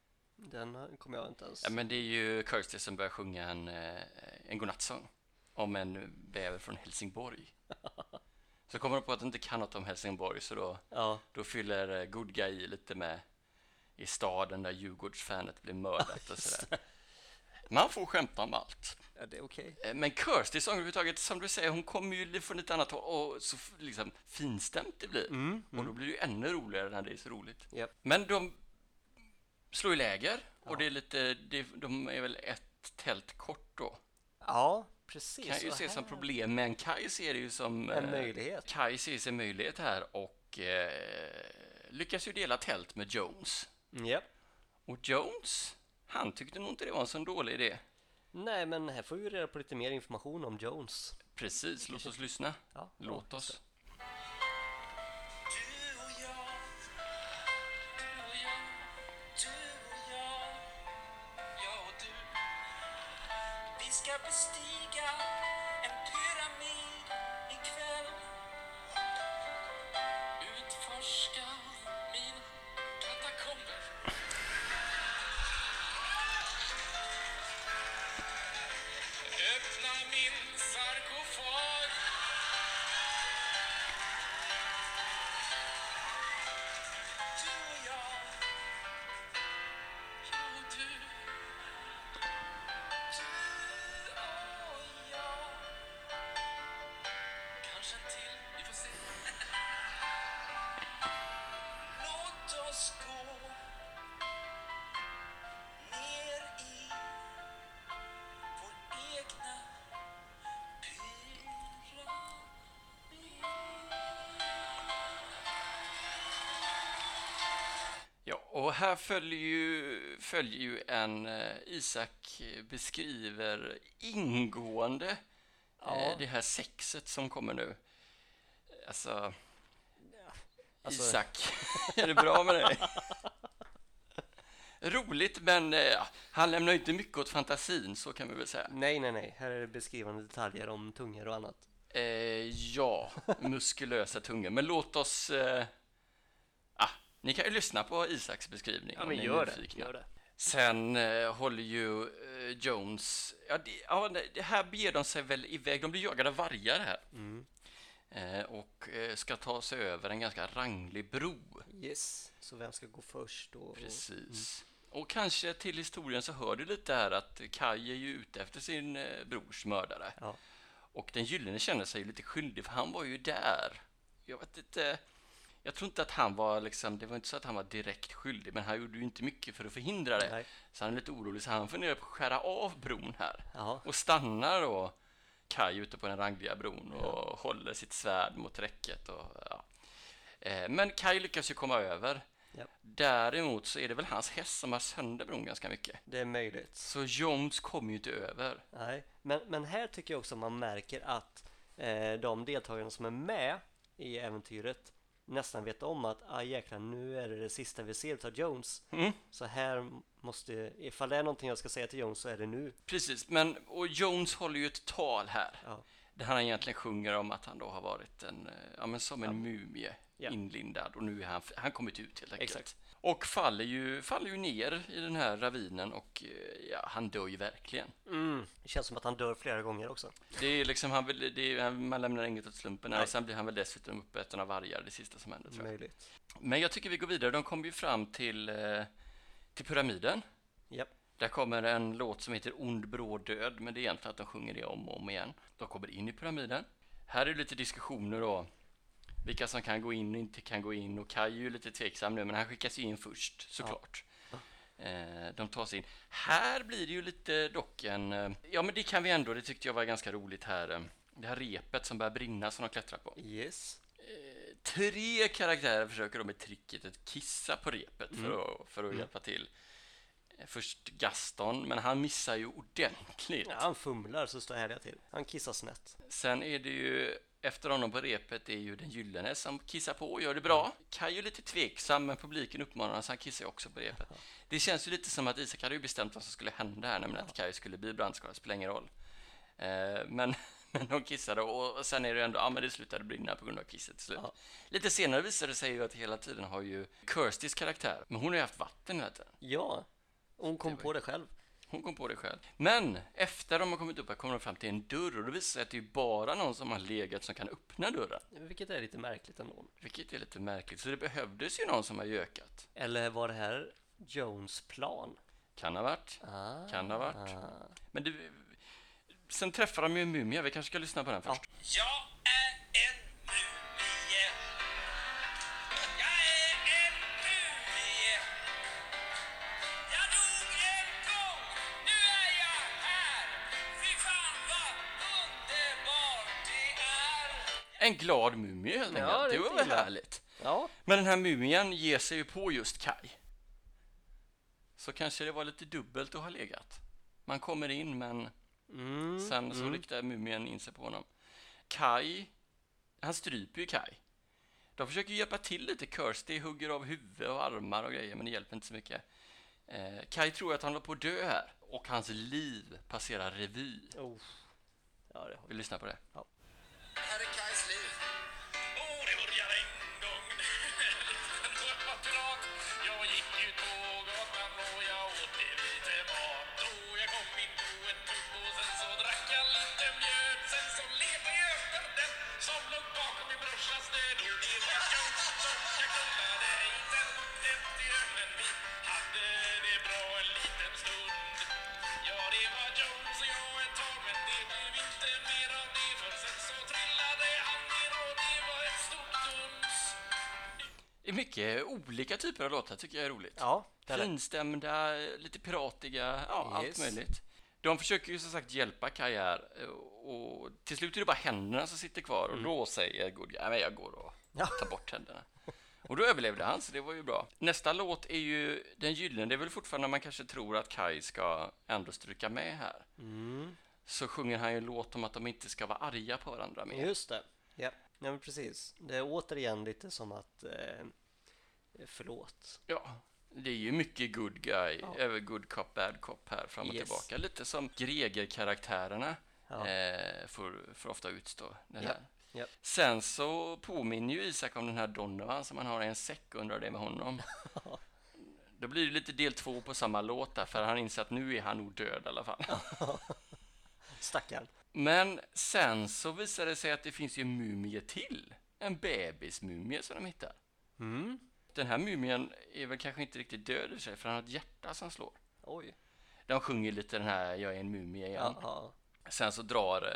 Den kommer jag inte ens... Ja, men det är ju Kirsty som börjar sjunga en godnattsång om en bäver från Helsingborg. Så kommer de på att de inte kan något om Helsingborg, så då fyller Good Guy i lite med i staden där Djurgårdsfanet blir mördat och sådär. Man får skämta om allt. Ja, det är okej. Men Kirsty sång överhuvudtaget, som du säger, hon kommer ju från ett annat håll och så liksom finstämt det blir. Och då blir det ju ännu roligare när det är så roligt. Yep. Men de slår i läger och det är lite, de är väl ett tält kort då. Ja, precis. Kan ju se som problem, men Kai ser det ju som en möjlighet. Kai ser sig möjlighet här och lyckas ju dela tält med Jones. Yep. Och Jones, han tyckte nog inte det var en så dålig idé. Nej, men här får vi reda på lite mer information om Jones. Precis, låt oss lyssna. Ja, Låt oss. Du och jag, du och jag, du och jag, jag och du. Vi ska bestiga en pyramid ikväll. Utforska min katakomber. Öppna min sarkofag. Du och jag, jag och du. Du och jag. Kanske en till, vi får se. Låt oss gå ner i vår egna pyramid. Ja, och här följer ju en Isak beskriver ingående det här sexet som kommer nu. Alltså Isak, är det bra med dig? Roligt, men han lämnar ju inte mycket åt fantasin, så kan vi väl säga. Nej. Här är det beskrivande detaljer om tungor och annat. Ja, muskulösa tungor. Men låt oss... ni kan ju lyssna på Isaks beskrivning. Ja, om men ni är gör nyfikna. det. Sen håller ju Jones... det här beger de sig väl iväg. De blir jagade av vargar här. Och ska ta sig över en ganska ranglig bro. Yes. Så vem ska gå först då? Precis. Och kanske till historien så hör du lite här att Kai är ju ute efter sin brors mördare. Ja. Och den gyllene känner sig lite skyldig, för han var ju där. Jag vet inte... Jag tror inte att han var liksom... Det var inte så att han var direkt skyldig, men han gjorde ju inte mycket för att förhindra det. Nej. Så han är lite orolig, så han funderar på att skära av bron här. Ja. Och stannar då Kai ute på den rangliga bron och håller sitt svärd mot räcket. Och, men Kai lyckas ju komma över. Ja. Däremot så är det väl hans häst som har sönder bron ganska mycket. Det är möjligt. Så Jones kommer ju inte över. Nej, men här tycker jag också man märker att de deltagarna som är med i äventyret nästan vet om att jäklar, nu är det sista vi ser av Jones. Så här måste, ifall det är någonting jag ska säga till Jones så är det nu. Precis, och Jones håller ju ett tal här. Ja. Där han egentligen sjunger om att han då har varit som en mumie inlindad. Och nu är han kommit ut helt enkelt. Exakt. Och faller ju ner i den här ravinen och han dör ju verkligen. Det känns som att han dör flera gånger också. Det är liksom, man lämnar inget åt slumpen här, och sen blir han väl dessutom uppäten av vargar, det sista som händer tror jag. Möjligt. Men jag tycker vi går vidare, de kommer ju fram till pyramiden. Japp. Där kommer en låt som heter Ond bråd död, men det är egentligen att de sjunger det om och om igen. De kommer in i pyramiden. Här är det lite diskussioner då. Vilka som kan gå in och inte kan gå in. Och Kai är ju lite tveksam nu, men han skickas ju in först, såklart. De tar sig in. Här blir det ju lite dock men det kan vi ändå, det tyckte jag var ganska roligt här. Det här repet som börjar brinna som de klättrar på. Yes. 3 karaktärer försöker de med tricket att kissa på repet för att hjälpa till. Först Gaston, men han missar ju ordentligt. Ja, han fumlar så står härliga till. Han kissar snett. Sen är det ju, efter honom på repet är ju den gyllene som kissar på och gör det bra. Kai är ju lite tveksam, men publiken uppmanar honom så han kissar ju också på repet. Det känns ju lite som att Isak hade ju bestämt vad som skulle hända här, nämligen att Kai skulle bli brandskadad, spelar ingen roll. Men de kissade och sen är det ändå, men det slutade brinna på grund av kisset till slut. Lite senare visade det sig ju att hela tiden har ju Kirstys karaktär, men hon har ju haft vatten hela tiden. Ja, hon kom på det själv. Hon kom på det själv. Men efter de har kommit upp här kommer de fram till en dörr och då visar det sig att det är bara någon som har legat som kan öppna dörren. Vilket är lite märkligt ändå. Vilket är lite märkligt. Så det behövdes ju någon som har gökat. Eller var det här Jones plan? Kan ha varit. Kan ha varit. Men sen träffar de ju en mumie. Vi kanske ska lyssna på den först. Jag är en mumie. Jag är en mumie. Jag dog en gång, nu är jag här. Fy fan vad underbart det är. En glad mumie helt enkelt. Ja, det var väl härligt. Ja. Men den här mumien ger sig ju på just Kai. Så kanske det var lite dubbelt att ha legat. Man kommer in men sen så riktar mumien in sig på honom. Kai, han stryper ju Kai. De försöker hjälpa till lite. Kirsty hugger av huvud och armar och grejer, men det hjälper inte så mycket. Kai tror att han håller på att dö här. Och hans liv passerar revy. Ja, Vi lyssnar på det. Ja. Här är Kais liv. Det började en gång. Det var klart. Jag gick ut på gatan och jag åt lite mat. Och jag kom in på en pub och sen så drack jag lite mjöd. Sen så levde jag efter den som låg bakom min brorsas död. Och det var Jones som jag knullade i tältet i ögonen. Vi hade det bra en liten stund. Ja, det var Jones och jag ett tag, men det blev inte mer av det. För sen så trillade han ner och det var ett stort duns. Det är mycket olika typer av låtar, tycker jag är roligt. Ja, det är det. Finstämda, lite piratiga, allt Yes. möjligt. De försöker ju som sagt hjälpa Kai här och till slut är det bara händerna som sitter kvar och då säger Good Guy, men jag går och tar bort händerna. Och då överlevde han, så det var ju bra. Nästa låt är ju den gyllene. Det är väl fortfarande man kanske tror att Kai ska ändå stryka med här. Så sjunger han ju en låt om att de inte ska vara arga på varandra mer. Just det. Ja, men precis. Det är återigen lite som att förlåt. Ja, det är ju mycket good guy, över good cop, bad cop här fram och tillbaka. Lite som Greger-karaktärerna får ofta utstå det här. Ja. Sen så påminner ju Isak om den här Donovan som man har i en säck och undrar det med honom. Då blir det lite del 2 på samma låt där, för han inser att nu är han nog död i alla fall. Stackarn. Men sen så visar det sig att det finns ju en mumie till. En bebismumie som de hittar. Den här mumien är väl kanske inte riktigt död i sig, för han har ett hjärta som slår. Oj. De sjunger lite den här Jag är en mumie igen. Ja. Sen så drar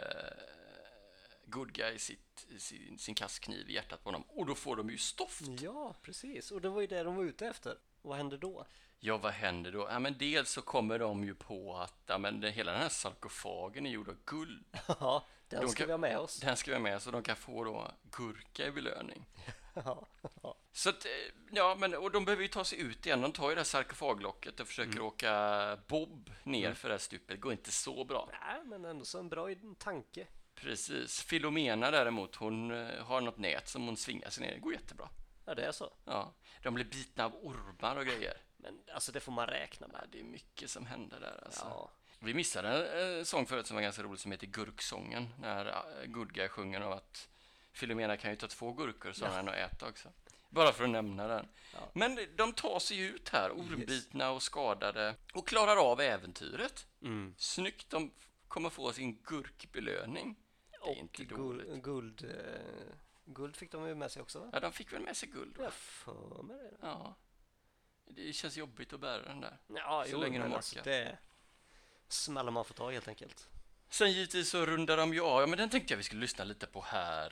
Good Guy sin kastkniv i hjärtat på honom. Och då får de ju stoft. Ja, precis. Och det var ju det de var ute efter. Vad hände då? Ja, vad händer då? Ja, men dels så kommer de ju på att hela den här sarkofagen är gjord av guld. Ja, den ska vi ha med oss. Den ska vi ha med oss och de kan få då gurka i belöning. Ja. Så att, ja, men och de behöver ju ta sig ut igen. De tar ju det här sarkofaglocket och försöker åka bob ner för det här stupet. Det går inte så bra. Nej, men ändå så en bra tanke. Precis. Filomena däremot, hon har något nät som hon svingar sig ner. Det går jättebra. Ja, det är så. Ja, de blir bitna av ormar och grejer. Men alltså det får man räkna Ja, med. det är mycket som händer där alltså. Ja. Vi missade en sång förut som var ganska rolig som heter Gurksången. När Good Guy sjunger om att Filomena kan ju ta 2 gurkor så har han att äta också. Bara för att nämna den. Ja. Men de tar sig ut här, ormbitna och skadade, och klarar av äventyret. Snyggt, de kommer få sin gurkbelöning. Det är Och inte dåligt. Guld fick de ju med sig också, va? Ja, de fick väl med sig guld. Va? Jag för mig det. Ja. Det känns jobbigt att bära den där. Ja, Så länge de men orkar. alltså det smäller man får ta helt enkelt. Sen givetvis så rundar de ju av. Ja, men den tänkte jag vi skulle lyssna lite på här.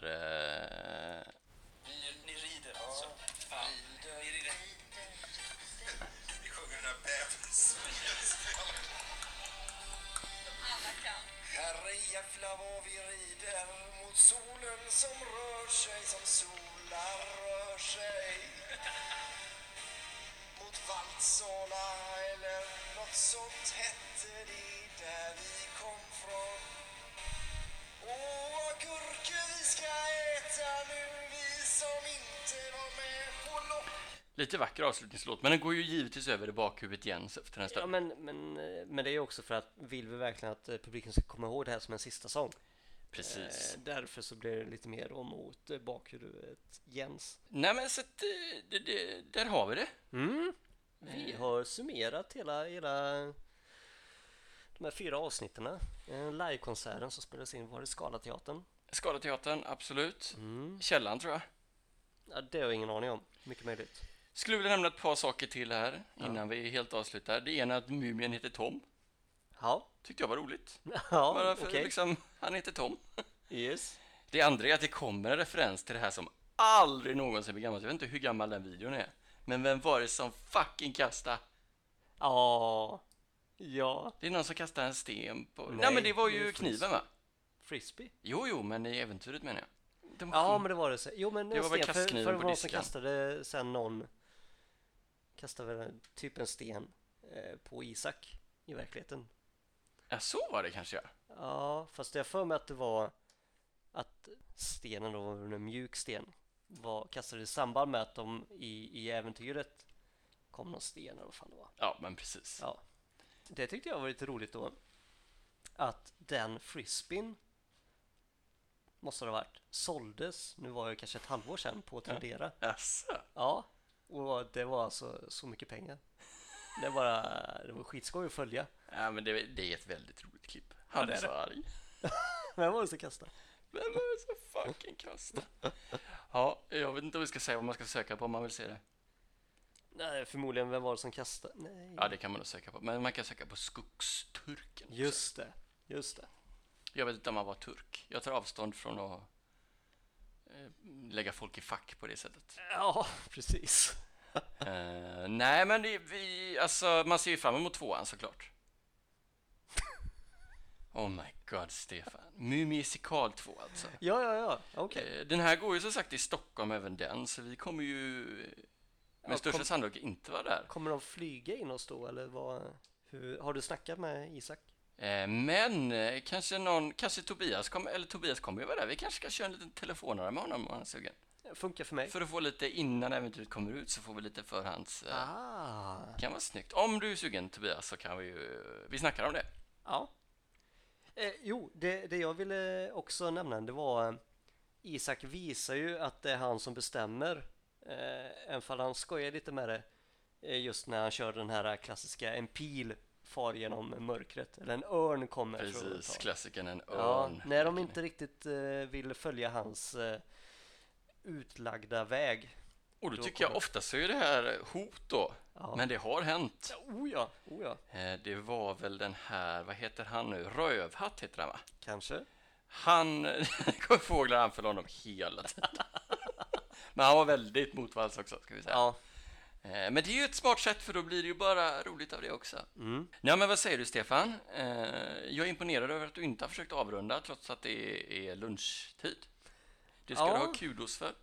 Ni rider alltså? Ja, ni rider. Vi sjunger den där bebismusicalen. Herre jävla vad vi rider mot solen som rör sig som solar rör sig. Mot Valsala eller något sånt hette det där vi kom från. Åh, gurkor vi ska äta nu, vi som inte var med på lopp. Lite vacker avslutningslåt, men den går ju givetvis över i bakhuvudet Jens efter en Ja, stund. men det är ju också för att vill vi verkligen att publiken ska komma ihåg det här som en sista sång. Precis. Därför så blir det lite mer om mot bakhuvudet Jens. Nej, men så att, där har vi det. Vi har summerat hela de här 4 avsnitten. Livekonserten som spelades in var i Scalateatern. Skalateatern, absolut. Källan tror jag. Ja, det har jag ingen aning om. Mycket möjligt. Skulle vilja nämna ett par saker till här innan vi är helt avslutar. Det ena är att Mumien heter Tom. Ja, Tyckte jag var roligt. ja Bara för okej. liksom, han heter Tom. Yes. Det andra är att det kommer en referens till det här som aldrig någonsin blir gammalt. Jag vet inte hur gammal den videon är. Men vem var det som fucking kastade? Ja. Det är någon som kastar en sten på... Nej, Nej, men det var det ju är kniven va? Frisbee? Jo, men i äventyret menar jag. De Ja, men det var det. Jo, men Det var väl sten, kastkniven för det på var någon som disken. kastade sen någon kastade väl typ en sten på Isak i verkligheten. Ja, så var det kanske ja. Ja, fast jag för mig att det var att stenen då var en mjuk sten var kastade i samband med att de i äventyret kom någon sten eller vad fan det var. Ja, men precis. Ja. Det tyckte jag var lite roligt då. Att den frisbeen måste det ha varit såldes, nu var det kanske ett halvår sedan på Tradera. Jaså? Ja, och det var alltså så mycket pengar. Det var skitskoj att följa. Ja, men det är ett väldigt roligt klipp. Han det är är så det. arg. Vem var det som kastade? Vem var det som fucking kastade? Ja, jag vet inte om vi ska säga vad man ska söka på om man vill se det. Nej, förmodligen vem var det som kastade? Nej. Ja, det kan man nog söka på. Men man kan söka på Skogsturken också. Just det. Jag vet inte om han var turk. Jag tar avstånd från att lägga folk i fack på det sättet. Ja, precis. Nej, men alltså, man ser ju fram emot 2an såklart. Oh my god, Stefan. Mumisikal 2 alltså. Ja, okej. Den här går ju som sagt i Stockholm även den, så vi kommer ju med största sannolikhet inte vara där. Kommer de flyga in oss då, eller har du snackat med Isak? Men kanske Tobias kommer ju vara där. Vi kanske ska köra en liten telefonare med honom om han är sugen. Funkar för mig. För att få lite innan äventyret kommer ut så får vi lite förhands... Kan vara snyggt. Om du är sugen Tobias så kan vi snackar om det. Ja. Det jag ville också nämna, det var Isak visar ju att det är han som bestämmer, även fall han skojar lite med det just när han kör den här klassiska en pil far genom mörkret, eller en örn kommer. Precis, klassikern en Ja, örn. när de inte riktigt vill följa hans utlagda väg. Och då tycker jag ofta så är det här hot då. Ja. Men det har hänt. Oh ja. Det var väl den här, vad heter han nu? Rövhatt heter han va? Kanske. Han, fåglar anföll honom hela tiden. Men han var väldigt motvalls också, ska vi säga. Ja. Men det är ju ett smart sätt, för då blir det ju bara roligt av det också. Mm. Ja, men vad säger du Stefan? Jag är imponerad över att du inte har försökt avrunda trots att det är lunchtid. Det ska du ha kudos för.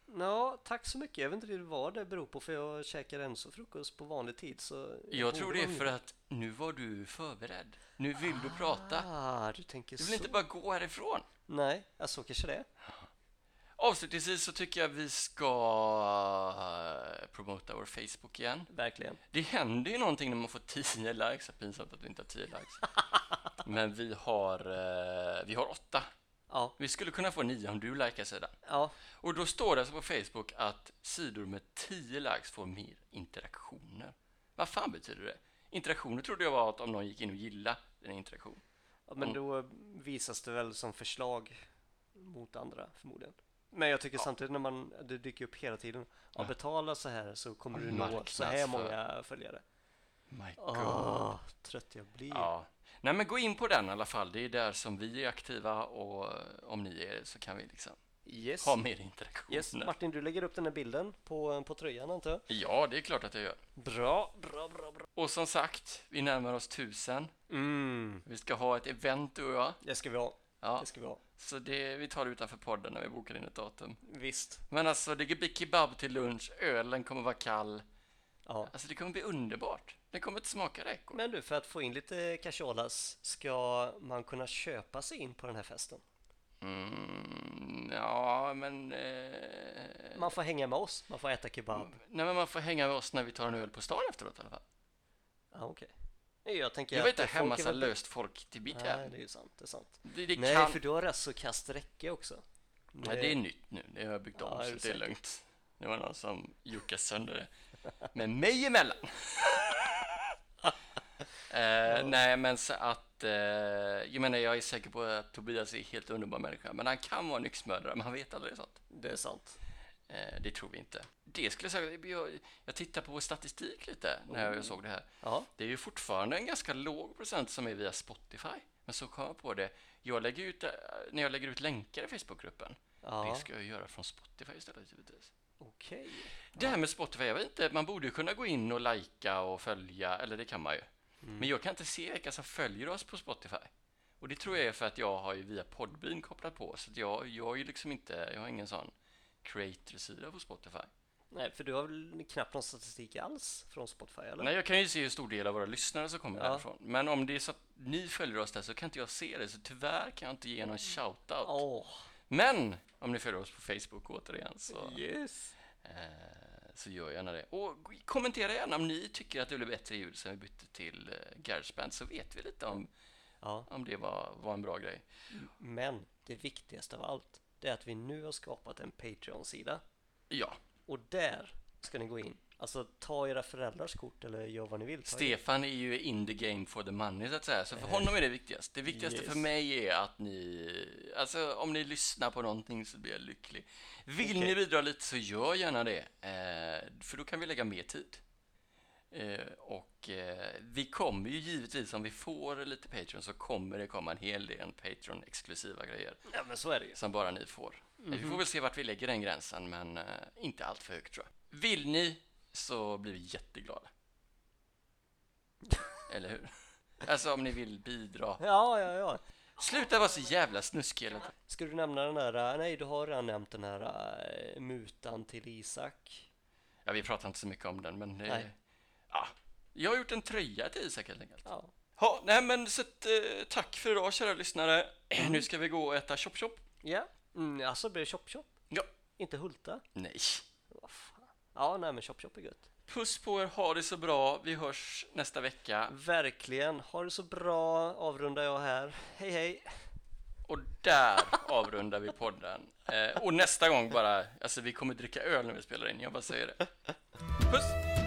Ja, tack så mycket. Jag vet inte riktigt vad det beror på, för jag käkar Enso-frukost på vanlig tid. Så Jag tror det är för att nu var du förberedd. Nu vill du prata. Du tänker Du så. vill inte bara gå härifrån. Nej, så kanske det är. Avslutningsvis så tycker jag vi ska promota vår Facebook igen. Verkligen. Det händer ju någonting när man får 10 likes. Det är pinsamt att vi inte har 10 likes. Men vi har 8. Ja. Vi skulle kunna få 9 om du likar sidan. Ja. Och då står det alltså på Facebook att sidor med 10 likes får mer interaktioner. Vad fan betyder det? Interaktioner trodde jag var att om någon gick in och gillade en interaktion. Ja, men då visas det väl som förslag mot andra förmodligen. Men jag tycker samtidigt när det dyker upp hela tiden, betala så här så kommer du nå så här många följare. My God. Trött jag blir. Ja. Nej, men gå in på den i alla fall. Det är där som vi är aktiva, och om ni är det så kan vi liksom ha mer interaktioner. Yes. Martin, du lägger upp den här bilden på tröjan, antar jag? Ja, det är klart att jag gör. Bra. Och som sagt, vi närmar oss 1000. Vi ska ha ett event, du och jag. Det ska vi ha. Ja. Det ska vi ha. Så vi tar det utanför podden när vi bokar in ett datum. Visst. Men alltså, det blir kebab till lunch, ölen kommer vara kall. Ja. Alltså, det kommer bli underbart. Det kommer inte smaka räkor. Men du, för att få in lite cacholas, ska man kunna köpa sig in på den här festen? Ja, men... Man får hänga med oss, man får äta kebab. Nej, men man får hänga med oss när vi tar en öl på stan efteråt i alla fall. Ja, okej. Jag tänker Jag vet inte att hemma folk så är väl- löst folk till mitt hem. Nej, det är ju sant, det är sant. Det Nej, kan... för du har rätt så kast räcke också. Nej, det är nytt nu. Det har jag byggt om, Ja, är så du det är säker? lugnt. Det var någon som juckade sönder det. Men mig emellan. Nej, men så att... jag menar, jag är säker på att Tobias är helt underbar människa. Men han kan vara en yxmördare, men han vet aldrig sånt. Det är sant. Det tror vi inte. Det skulle jag säga... Jag tittar på statistik lite när jag såg det här. Ja. Det är ju fortfarande en ganska låg procent som är via Spotify. Men så kom jag på det. När jag lägger ut länkar i Facebookgruppen. Ja. Det ska jag göra från Spotify istället, givetvis. Okej. Det här med Spotify, jag vet inte, man borde ju kunna gå in och likea och följa, eller det kan man ju. Men jag kan inte se vilka som följer oss på Spotify. Och det tror jag är för att jag har ju via Podbean kopplat på, så att jag är ju liksom inte, jag har ingen sån creator-sida på Spotify. Nej, för du har väl knappt någon statistik alls från Spotify, eller? Nej, jag kan ju se hur stor del av våra lyssnare som kommer därifrån. Men om det är så att ni följer oss där så kan inte jag se det, så tyvärr kan jag inte ge någon shoutout. Men om ni följer oss på Facebook återigen så... Yes. Så gör gärna det. Och kommentera gärna om ni tycker att det blev bättre ljud sen vi bytte till GarageBand, så vet vi lite om det var en bra grej. Men det viktigaste av allt, det är att vi nu har skapat en Patreon-sida. Ja. Och där ska ni gå in. Alltså ta era föräldrars kort eller gör vad ni vill. Stefan är ju in the game for the money, så att säga. Så för honom är det viktigast. Det viktigaste för mig är att ni... Alltså om ni lyssnar på någonting så blir jag lycklig. Vill ni bidra lite så gör gärna det. För då kan vi lägga mer tid. Vi kommer ju givetvis, om vi får lite Patreon, så kommer det komma en hel del Patreon-exklusiva grejer. Ja, men så är det ju. Som bara ni får. Vi får väl se vart vi lägger den gränsen, men inte allt för högt, tror jag. Vill ni så blir vi jätteglada. Eller hur? Alltså om ni vill bidra. Ja. Sluta vara så jävla snuskig hela tiden. Ska du nämna den här, nej du har redan nämnt den här mutan till Isak. Ja, vi pratar inte så mycket om den, men Nej. ja, jag har gjort en tröja till Isak helt enkelt. Ja. Nej men så tack för idag, kära lyssnare. Nu ska vi gå och äta chop-chop. Ja, alltså blir det chop-chop? Ja. Inte Hulta? Nej. Vad fan. Ja, nej men chop-chop är gött. Puss på er, ha det så bra. Vi hörs nästa vecka. Verkligen, ha det så bra, avrundar jag här. Hej hej. Och där avrundar vi podden. Och nästa gång bara, alltså vi kommer dricka öl när vi spelar in, jag bara säger det. Puss!